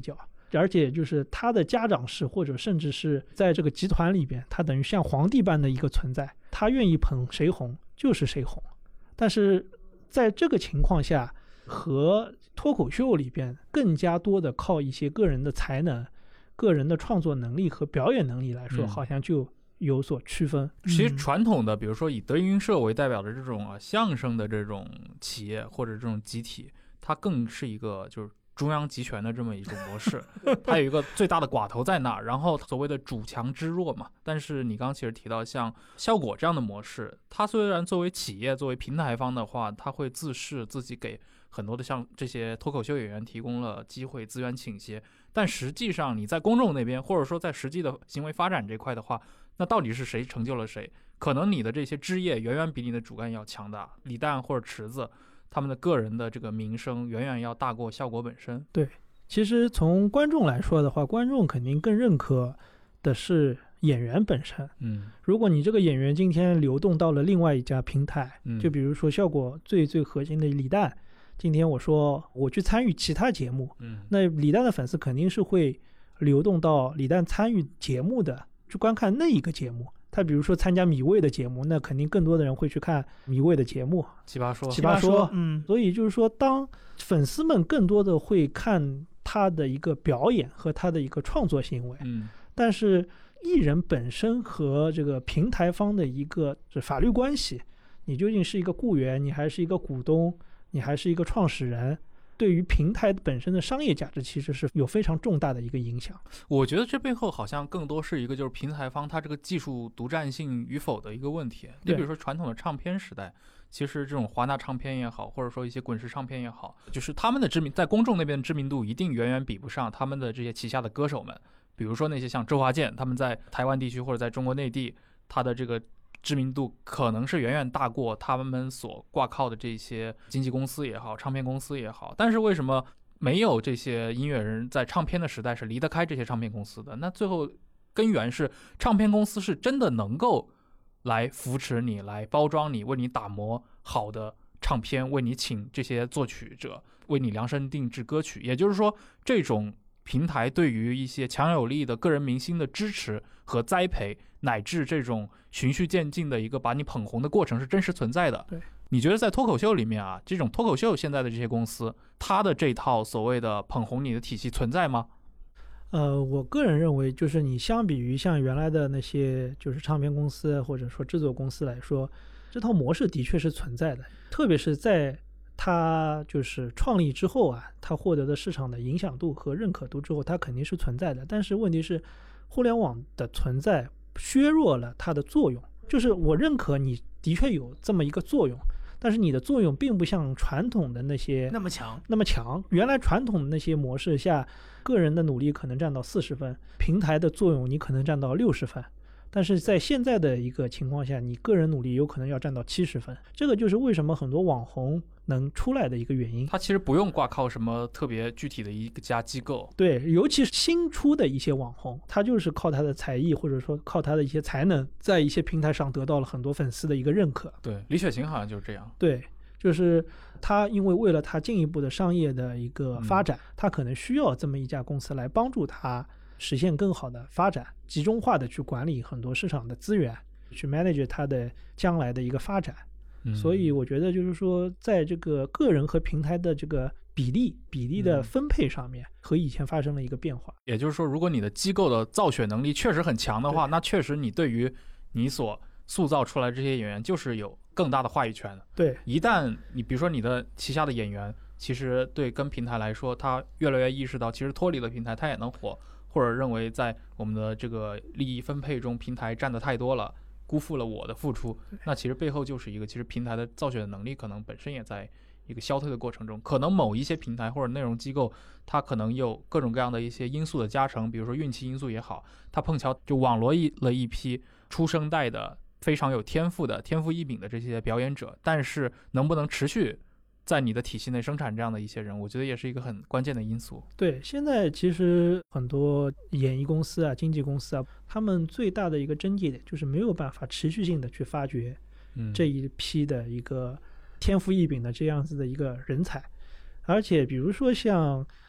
而且就是他的家长式，或者甚至是在这个集团里边，他等于像皇帝般的一个存在，他愿意捧谁红就是谁红。但是在这个情况下，和脱口秀里边更加多的靠一些个人的才能、个人的创作能力和表演能力来说， 嗯、 好像就有所区分。 其实传统的，比如说以德云社为代表的这种啊相声的这种企业或者这种集体，它更是一个就是中央集权的这么一种模式，它有一个最大的寡头在那儿，然后所谓的主强之弱嘛。但是你刚刚其实提到像效果这样的模式，它虽然作为企业、作为平台方的话，它会自视自己给很多的像这些脱口秀演员提供了机会、资源倾斜，但实际上你在公众那边，或者说在实际的行为发展这块的话，那到底是谁成就了谁？可能你的这些枝叶远远比你的主干要强大，李诞或者池子他们的个人的这个名声远远要大过效果本身。 对，其实从观众来说的话，观众肯定更认可的是演员本身。 嗯， 如果你这个演员今天流动到了另外一家平台， 嗯、 就比如说效果最最核心的李诞，今天我说我去参与其他节目， 嗯， 那李诞的粉丝肯定是会流动到李诞参与节目的，去观看那一个节目。他比如说参加米未的节目，那肯定更多的人会去看米未的节目， 奇葩说， 奇葩说， 嗯， 所以就是说，当粉丝们更多的会看他的一个表演和他的一个创作行为， 嗯， 但是艺人本身和这个平台方的一个法律关系，你究竟是一个雇员，你还是一个股东，你还是一个创始人，对于平台本身的商业价值其实是有非常重大的一个影响。 我觉得这背后好像更多是一个就是平台方它这个技术独占性与否的一个问题。你比如说传统的唱片时代，其实这种华纳唱片也好，或者说一些滚石唱片也好，就是他们的知名在公众那边的知名度一定远远比不上他们的这些旗下的歌手们。比如说那些像周华健，他们在台湾地区或者在中国内地，他的这个知名度可能是远远大过他们所挂靠的这些经纪公司也好，唱片公司也好。但是为什么没有这些音乐人在唱片的时代是离得开这些唱片公司的？那最后根源是唱片公司是真的能够来扶持你，来包装你，为你打磨好的唱片，为你请这些作曲者，为你量身定制歌曲。也就是说，这种平台对于一些强有力的个人明星的支持和栽培，乃至这种循序渐进的一个把你捧红的过程是真实存在的。 对， 你觉得在脱口秀里面啊，这种脱口秀现在的这些公司，它的这套所谓的捧红你的体系存在吗？ 呃，我个人认为，就是你相比于像原来的那些就是唱片公司或者说制作公司来说，这套模式的确是存在的，特别是在它就是创立之后啊，它获得的市场的影响度和认可度之后，它肯定是存在的。但是问题是，互联网的存在削弱了它的作用。就是我认可你的确有这么一个作用，但是你的作用并不像传统的那些那么强那么强。原来传统的那些模式下，个人的努力可能占到四十分，平台的作用你可能占到六十分。但是在现在的一个情况下，你个人努力有可能要占到七十分，这个就是为什么很多网红能出来的一个原因。 他其实不用挂靠什么特别具体的一家机构， 对，尤其是新出的一些网红，他就是靠他的才艺或者说靠他的一些才能，在一些平台上得到了很多粉丝的一个认可。 对，李雪琴好像就是这样。 对，就是他因为为了他进一步的商业的一个发展，嗯、他可能需要这么一家公司来帮助他实现更好的发展，集中化的去管理很多市场的资源，去 manage 它的将来的一个发展。 嗯、 所以我觉得就是说，在这个个人和平台的这个比例比例的分配上面，和以前发生了一个变化。 也就是说，如果你的机构的造血能力确实很强的话，那确实你对于你所塑造出来这些演员就是有更大的话语权的。 对， 一旦你比如说你的旗下的演员，其实对跟平台来说，他越来越意识到，其实脱离了平台他也能火。或者认为在我们的这个利益分配中，平台占的太多了，辜负了我的付出，那其实背后就是一个，其实平台的造血的能力可能本身也在一个消退的过程中。可能某一些平台或者内容机构，它可能有各种各样的一些因素的加成，比如说运气因素也好，它碰巧就网罗了一批出生代的非常有天赋的天赋异禀的这些表演者，但是能不能持续在你的体系内生产这样的一些人，我觉得也是一个很关键的因素。 对，现在其实很多演艺公司啊、经纪公司啊，他们最大的一个症结点就是没有办法持续性的去发掘这一批的一个天赋异禀的这样子的一个人才。嗯、而且比如说像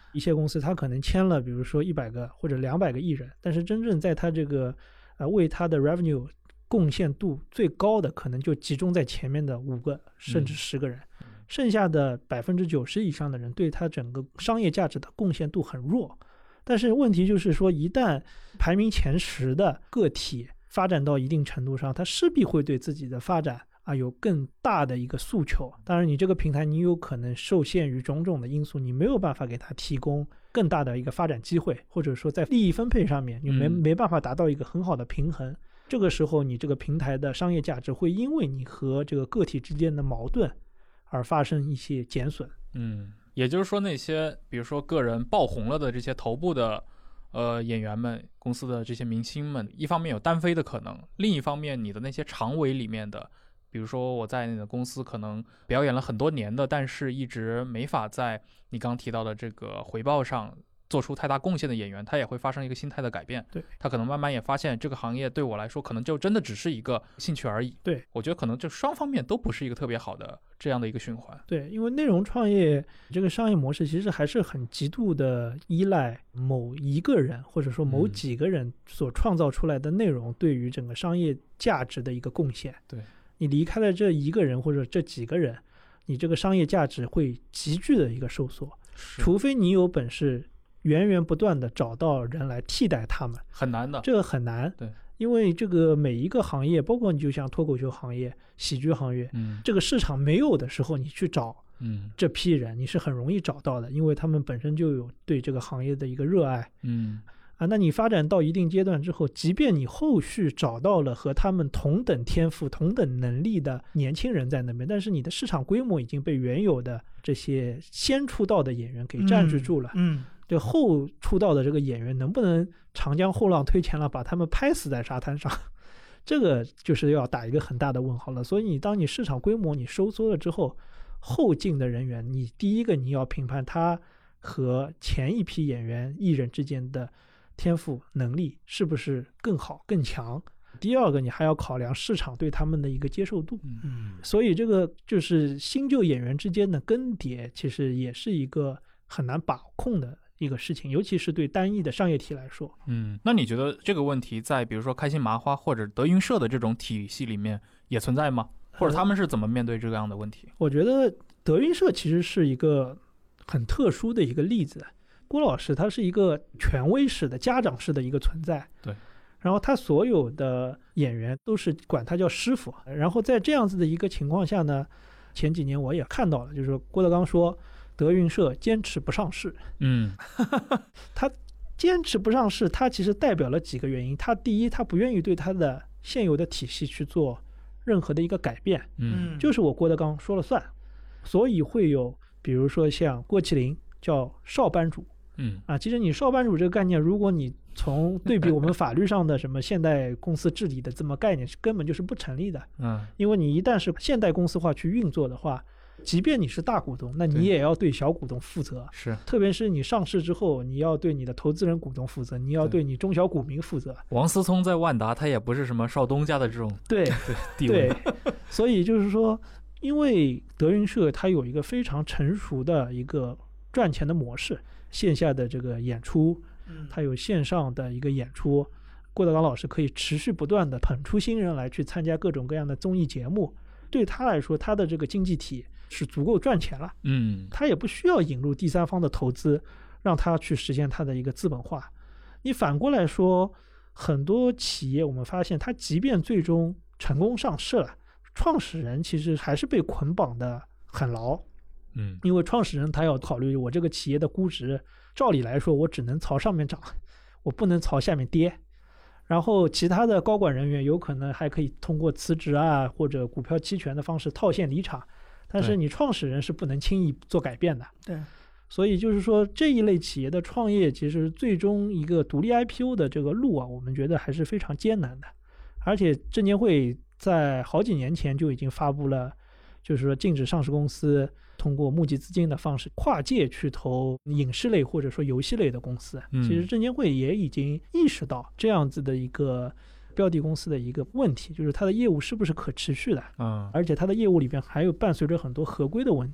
一些公司它可能签了比如说一百个或者两百个艺人，但是真正在它这个呃为它的 revenue 贡献度最高的可能就集中在前面的五个甚至十个人，嗯、剩下的百分之九十以上的人对它整个商业价值的贡献度很弱。但是问题就是说，一旦排名前十的个体发展到一定程度上，它势必会对自己的发展啊有更大的一个诉求。当然你这个平台你有可能受限于种种的因素，你没有办法给它提供更大的一个发展机会，或者说在利益分配上面你没、嗯、没办法达到一个很好的平衡。这个时候你这个平台的商业价值会因为你和这个个体之间的矛盾而发生一些减损。 嗯，也就是说那些比如说个人爆红了的这些头部的呃演员们，公司的这些明星们，一方面有单飞的可能，另一方面你的那些长尾里面的，比如说我在那个公司可能表演了很多年的，但是一直没法在你刚提到的这个回报上做出太大贡献的演员，他也会发生一个心态的改变。 对， 他可能慢慢也发现这个行业对我来说可能就真的只是一个兴趣而已。 对， 我觉得可能这双方面都不是一个特别好的这样的一个循环。 对，因为内容创业这个商业模式其实还是很极度的依赖某一个人或者说某几个人所创造出来的内容对于整个商业价值的一个贡献。 对， 你离开了这一个人或者这几个人，你这个商业价值会急剧的一个收缩，除非你有本事源源不断的找到人来替代他们， 很难的， 这个很难。 对， 因为这个每一个行业，包括你就像脱口秀行业、喜剧行业， 嗯， 这个市场没有的时候，你去找，嗯，这批人你是很容易找到的，因为他们本身就有对这个行业的一个热爱， 嗯， 啊，那你发展到一定阶段之后，即便你后续找到了和他们同等天赋、同等能力的年轻人在那边，但是你的市场规模已经被原有的这些先出道的演员给占据住了， 嗯。嗯， 对后出道的这个演员能不能长江后浪推前浪把他们拍死在沙滩上，这个就是要打一个很大的问号了。所以你当你市场规模你收缩了之后，后进的人员你第一个你要评判他和前一批演员艺人之间的天赋能力是不是更好更强，第二个你还要考量市场对他们的一个接受度。 嗯， 所以这个就是新旧演员之间的更迭其实也是一个很难把控的一个事情，尤其是对单一的商业体来说。 嗯，那你觉得这个问题在比如说开心麻花或者德云社的这种体系里面也存在吗？或者他们是怎么面对这样的问题？ 我觉得德云社其实是一个很特殊的一个例子。郭老师他是一个权威式的家长式的一个存在， 对， 然后他所有的演员都是管他叫师傅。然后在这样子的一个情况下呢，前几年我也看到了，就是郭德纲说德云社坚持不上市。 嗯， 他坚持不上市，他其实代表了几个原因。他第一，他不愿意对他的现有的体系去做任何的一个改变， 嗯， 就是我郭德纲说了算，所以会有比如说像郭麒麟叫少班主， 嗯啊，其实你少班主这个概念，如果你从对比我们法律上的什么现代公司治理的这么概念，根本就是不成立的。 嗯， 因为你一旦是现代公司化去运作的话，即便你是大股东，那你也要对小股东负责。是，特别是你上市之后，你要对你的投资人股东负责，你要对你中小股民负责。 王思聪在万达，他也不是什么少东家的这种对对地位， 对，所以就是说，因为德云社它有一个非常成熟的一个赚钱的模式，线下的这个演出，它有线上的一个演出，郭德纲老师可以持续不断的捧出新人来去参加各种各样的综艺节目，对他来说，他的这个经济体是足够赚钱了， 嗯， 他也不需要引入第三方的投资，让他去实现他的一个资本化。你反过来说，很多企业我们发现，他即便最终成功上市了，创始人其实还是被捆绑的很牢。 嗯， 因为创始人他要考虑我这个企业的估值，照理来说我只能朝上面涨，我不能朝下面跌。然后其他的高管人员有可能还可以通过辞职啊或者股票期权的方式套现离场，但是你创始人是不能轻易做改变的。 对， 所以就是说这一类企业的创业，其实最终一个独立 I P O 的这个路啊，我们觉得还是非常艰难的。而且证监会在好几年前就已经发布了，就是说禁止上市公司通过募集资金的方式跨界去投影视类或者说游戏类的公司。 嗯、 其实证监会也已经意识到这样子的一个标的公司的一个问题，就是它的业务是不是可持续的， 嗯， 而且它的业务里边还有伴随着很多合规的问题。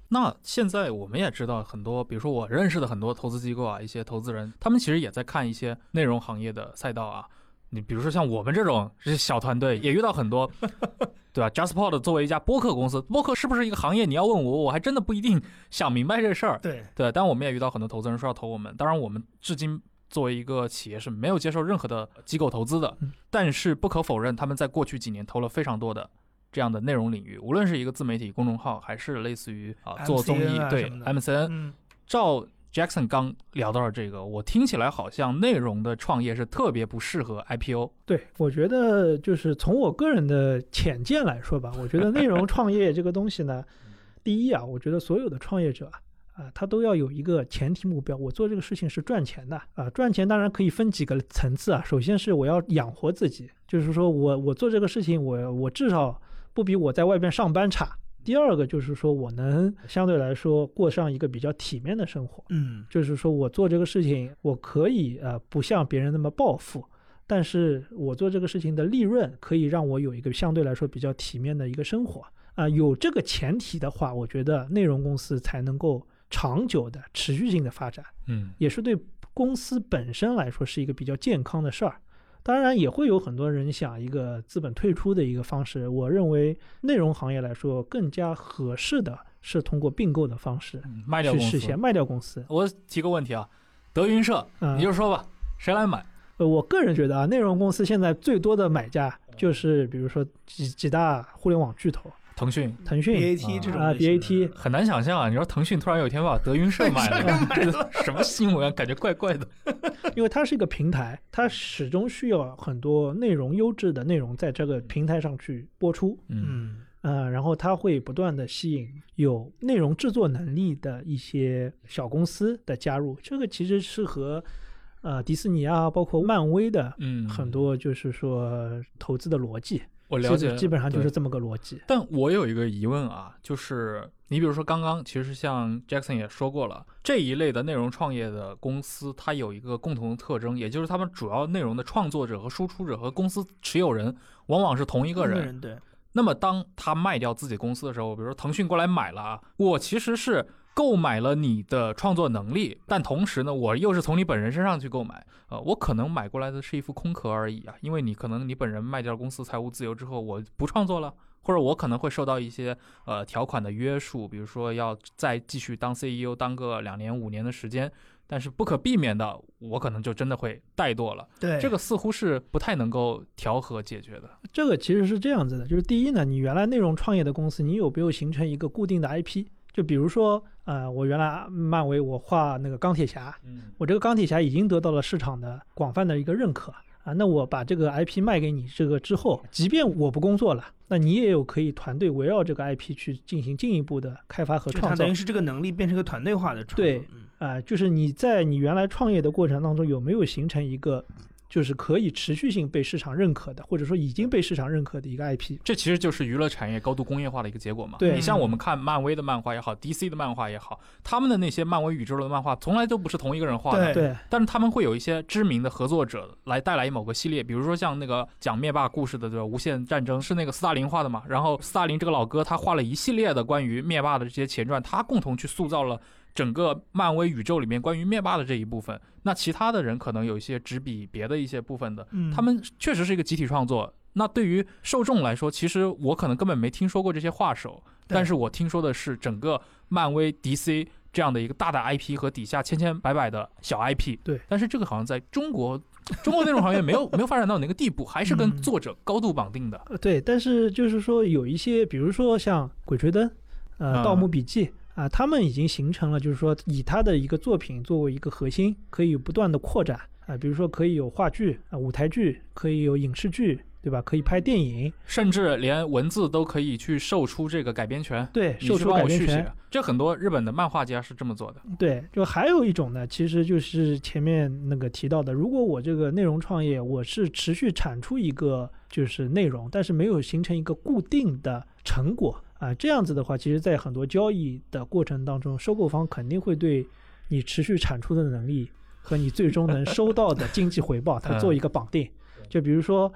那现在我们也知道很多，比如说我认识的很多投资机构啊，一些投资人，他们其实也在看一些内容行业的赛道啊。你比如说像我们这种是小团队，也遇到很多，对吧 ？JustPod 作为一家播客公司，播客是不是一个行业？你要问我，我还真的不一定想明白这事儿。 对对，但我们也遇到很多投资人说要投我们，当然我们至今作为一个企业是没有接受任何的机构投资的，但是不可否认，他们在过去几年投了非常多的这样的内容领域，无论是一个自媒体公众号，还是类似于啊做综艺， 啊、 对 M C N，、嗯、照 Jackson 刚聊到了这个，我听起来好像内容的创业是特别不适合 I P O。 对，我觉得就是从我个人的浅见来说吧，我觉得内容创业这个东西呢，第一啊，我觉得所有的创业者啊，他都要有一个前提目标，我做这个事情是赚钱的啊。赚钱当然可以分几个层次啊，首先是我要养活自己，就是说我我做这个事情，我我至少不比我在外边上班差。第二个就是说我能相对来说过上一个比较体面的生活， 嗯， 就是说我做这个事情，我可以呃不像别人那么暴富，但是我做这个事情的利润可以让我有一个相对来说比较体面的一个生活啊、呃。有这个前提的话，我觉得内容公司才能够长久的持续性的发展， 嗯， 也是对公司本身来说是一个比较健康的事儿。当然也会有很多人想一个资本退出的一个方式，我认为内容行业来说更加合适的是通过并购的方式去实现卖掉公司。 我提个问题啊，德云社， 嗯、 你就说吧，谁来买？ 呃，我个人觉得啊，内容公司现在最多的买家就是比如说几几大互联网巨头。 腾讯、 腾讯、 B A T 这种啊 ，B A T 很难想象啊！你说腾讯突然有一天把德云社买了，这个什么新闻？感觉怪怪的。 因为它是一个平台，它始终需要很多内容优质的内容在这个平台上去播出。 嗯呃，然后它会不断的吸引有内容制作能力的一些小公司的加入。这个其实是和呃迪士尼啊，包括漫威的嗯很多就是说投资的逻辑。 我了解， 基本上就是这么个逻辑。 但我有一个疑问啊，就是你比如说刚刚其实像 Jackson 也说过了，这一类的内容创业的公司，它有一个共同的特征，也就是他们主要内容的创作者和输出者和公司持有人往往是同一个人。 人对。 那么当他卖掉自己公司的时候，比如说腾讯过来买了啊，我其实是购买了你的创作能力，但同时呢，我又是从你本人身上去购买，呃，我可能买过来的是一副空壳而已啊，因为你可能你本人卖掉公司财务自由之后，我不创作了，或者我可能会受到一些呃条款的约束，比如说要再继续当 C E O 当个两年五年的时间，但是不可避免的，我可能就真的会怠惰了。 对， 这个似乎是不太能够调和解决的。 这个其实是这样子的，就是第一呢，你原来内容创业的公司，你有没有形成一个固定的 I P？就比如说，呃，我原来漫威我画那个钢铁侠， 嗯， 我这个钢铁侠已经得到了市场的广泛的一个认可啊，那我把这个 I P 卖给你这个之后，即便我不工作了，那你也有可以团队围绕这个 I P 去进行进一步的开发和创造。 等于是这个能力变成一个团队化的创作。 对，啊、呃，就是你在你原来创业的过程当中有没有形成一个就是可以持续性被市场认可的，或者说已经被市场认可的一个 I P， 这其实就是娱乐产业高度工业化的一个结果嘛。 对， 你像我们看漫威的漫画也好 ，D C 的漫画也好，他们的那些漫威宇宙的漫画从来都不是同一个人画的， 对。 但是他们会有一些知名的合作者来带来某个系列，比如说像那个讲灭霸故事的这个无限战争是那个斯大林画的嘛，然后斯大林这个老哥他画了一系列的关于灭霸的这些前传，他共同去塑造了整个漫威宇宙里面关于灭霸的这一部分。那其他的人可能有一些只比别的一些部分的， 嗯， 他们确实是一个集体创作。那对于受众来说，其实我可能根本没听说过这些画手，但是我听说的是整个漫威 D C 这样的一个大的 I P 和底下千千百百的小 I P。 对， 但是这个好像在中国中国内容行业没有没有发展到那个地步，还是跟作者高度绑定的。 嗯、对，但是就是说有一些，比如说像《鬼吹灯》、呃，《盗墓笔记》。嗯啊，他们已经形成了，就是说以他的一个作品作为一个核心，可以不断的扩展啊，比如说可以有话剧啊、舞台剧，可以有影视剧，对吧？可以拍电影， 甚至连文字都可以去售出这个改编权。 对，售出改编权， 这很多日本的漫画家是这么做的。 对，就还有一种呢，其实就是前面那个提到的，如果我这个内容创业，我是持续产出一个就是内容，但是没有形成一个固定的成果。啊，这样子的话，其实在很多交易的过程当中，收购方肯定会对你持续产出的能力和你最终能收到的经济回报，它做一个绑定。就比如说，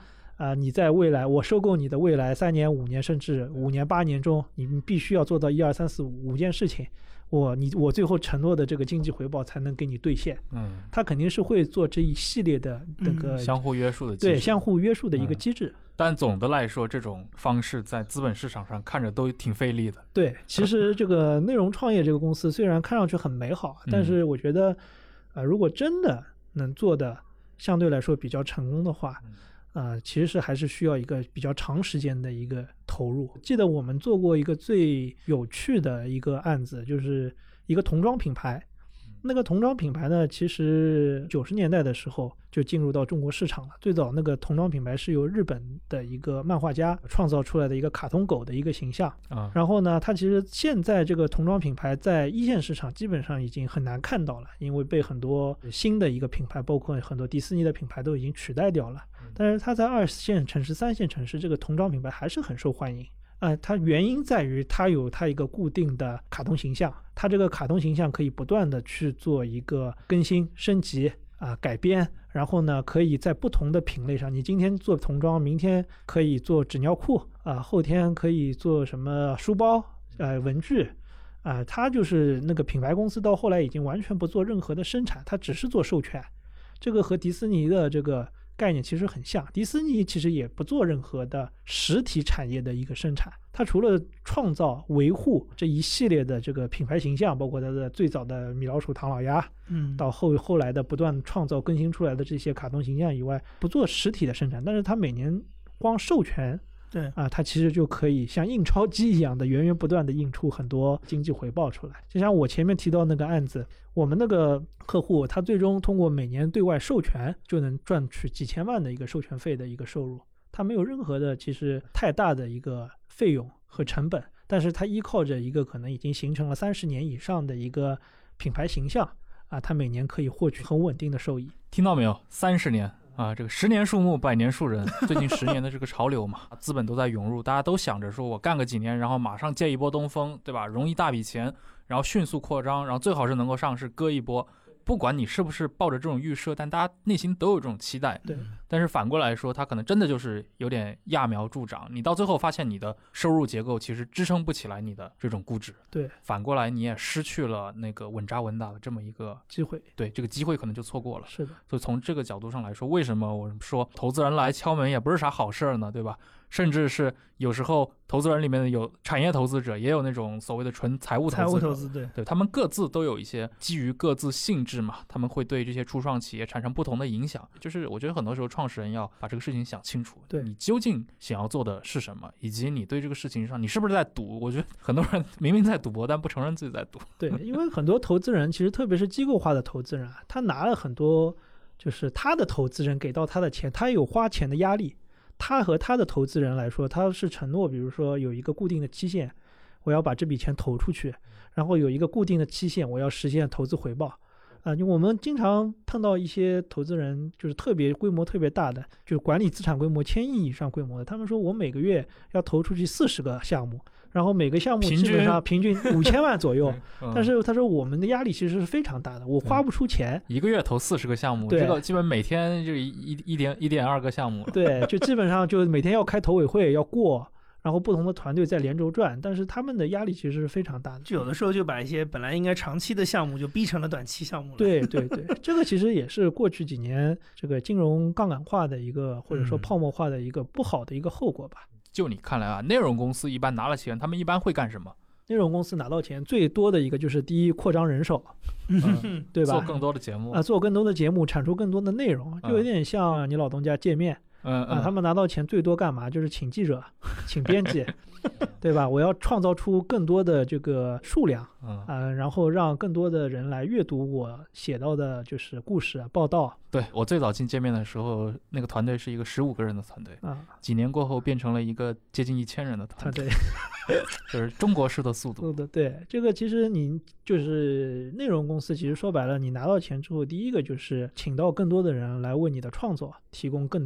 啊、呃，你在未来我收购你的未来三年、五年甚至五年、八年中，你必须要做到一二三四五五件事情，我你我最后承诺的这个经济回报才能给你兑现。 嗯， 他肯定是会做这一系列的那个、 嗯、相互约束的机制， 对相互约束的一个机制。嗯， 但总的来说，这种方式在资本市场上看着都挺费力的。 对，其实这个内容创业这个公司虽然看上去很美好，但是我觉得，呃，如果真的能做的相对来说比较成功的话，呃，其实是还是需要一个比较长时间的一个投入。记得我们做过一个最有趣的一个案子，就是一个童装品牌。那个童装品牌呢，其实九十年代的时候就进入到中国市场了。最早那个童装品牌是由日本的一个漫画家创造出来的一个卡通狗的一个形象啊。然后呢，它其实现在这个童装品牌在一线市场基本上已经很难看到了，因为被很多新的一个品牌，包括很多迪士尼的品牌都已经取代掉了。但是它在二线城市、三线城市，这个童装品牌还是很受欢迎。呃，它原因在于它有它一个固定的卡通形象，它这个卡通形象可以不断的去做一个更新、升级啊、呃、改编，然后呢，可以在不同的品类上，你今天做童装，明天可以做纸尿裤啊、呃，后天可以做什么书包、呃文具啊、呃，它就是那个品牌公司到后来已经完全不做任何的生产，它只是做授权，这个和迪士尼的这个概念其实很像。迪士尼其实也不做任何的实体产业的一个生产，它除了创造维护这一系列的这个品牌形象，包括它的最早的米老鼠、唐老鸭，嗯，到后后来的不断创造更新出来的这些卡通形象以外，不做实体的生产，但是它每年光授权，对啊，它其实就可以像印钞机一样的源源不断的印出很多经济回报出来。就像我前面提到那个案子，我们那个客户他最终通过每年对外授权就能赚取几千万的一个授权费的一个收入，他没有任何的其实太大的一个费用和成本，但是他依靠着一个可能已经形成了三十年以上的一个品牌形象啊，他每年可以获取很稳定的收益。 听到没有？三十年啊，这个十年树木，百年树人。最近十年的这个潮流嘛，资本都在涌入，大家都想着说我干个几年，然后马上借一波东风，对吧？融一大笔钱，然后迅速扩张，然后最好是能够上市割一波。不管你是不是抱着这种预设，但大家内心都有这种期待。 对。 但是反过来说，它可能真的就是有点揠苗助长，你到最后发现你的收入结构其实支撑不起来你的这种估值。 对。 反过来你也失去了那个稳扎稳打的这么一个机会。 对，这个机会可能就错过了。 是的。 所以从这个角度上来说，为什么我说投资人来敲门也不是啥好事呢？对吧？甚至是有时候投资人里面有产业投资者，也有那种所谓的纯财务投资者。 财务投资，对， 对，他们各自都有一些基于各自性质嘛，他们会对这些初创企业产生不同的影响。就是我觉得很多时候创始人要把这个事情想清楚， 对， 你究竟想要做的是什么，以及你对这个事情上你是不是在赌。我觉得很多人明明在赌博，但不承认自己在赌。 对，因为很多投资人其实特别是机构化的投资人，他拿了很多就是他的投资人给到他的钱，他有花钱的压力。他和他的投资人来说，他是承诺比如说有一个固定的期限，我要把这笔钱投出去，然后有一个固定的期限，我要实现投资回报啊、呃。我们经常碰到一些投资人就是特别规模特别大的，就是管理资产规模千亿以上规模的，他们说我每个月要投出去四十个项目，然后每个项目基本上平均五千万左右嗯、但是他说我们的压力其实是非常大的，我花不出钱、嗯、 一个月投四十个项目，这个基本每天就一一点一点二个项目了。 对，就基本上就每天要开投委会要过，然后不同的团队在连轴转，但是他们的压力其实是非常大的， 就有的时候就把一些本来应该长期的项目就逼成了短期项目了。 对对对，这个其实也是过去几年这个金融杠杆化的一个或者说泡沫化的一个不好的一个后果吧。 嗯，就你看来啊，内容公司一般拿了钱，他们一般会干什么？ 内容公司拿到钱最多的一个就是第一，扩张人手，嗯、对吧？ 做更多的节目啊，做更多的节目，产出更多的内容，就有点像你老东家界面。 嗯啊，他们拿到钱最多干嘛？就是请记者，请编辑，对吧？我要创造出更多的这个数量，啊、呃，然后让更多的人来阅读我写到的就是故事报道。 对，我最早进界面的时候，那个团队是一个十五个人的团队啊， 几年过后变成了一个接近一千人的团队，就是中国式的速度。 对对，这个其实你就是内容公司，其实说白了，你拿到钱之后，第一个就是请到更多的人来为你的创作提供更大的一个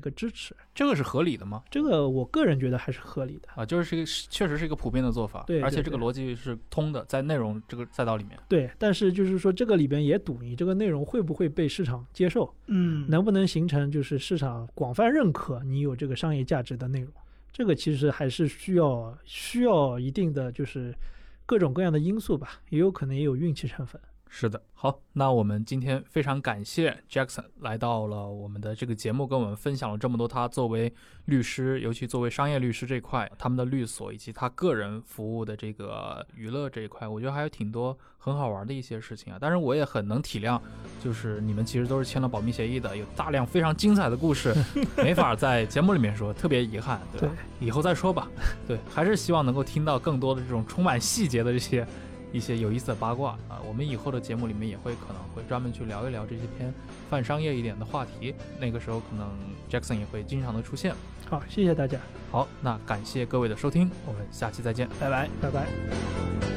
个支持。 这个是合理的吗？ 这个我个人觉得还是合理的啊，就是这个确实是一个普遍的做法， 对， 而且这个逻辑是通的，在内容这个赛道里面。 对，但是就是说这个里边也赌你这个内容会不会被市场接受， 嗯， 能不能形成就是市场广泛认可你有这个商业价值的内容，这个其实还是需要需要一定的就是各种各样的因素吧，也有可能也有运气成分。 是的，好，那我们今天非常感谢 Jackson 来到了我们的这个节目，跟我们分享了这么多他作为律师，尤其作为商业律师这块，他们的律所以及他个人服务的这个娱乐这一块，我觉得还有挺多很好玩的一些事情啊。但是我也很能体谅，就是你们其实都是签了保密协议的，有大量非常精彩的故事没法在节目里面说，特别遗憾，对吧？对，以后再说吧。对，还是希望能够听到更多的这种充满细节的这些一些有意思的八卦啊，我们以后的节目里面也会可能会专门去聊一聊这些偏泛商业一点的话题，那个时候可能 Jackson 也会经常的出现。 好，谢谢大家。 好，那感谢各位的收听，我们下期再见， 拜拜， 拜拜。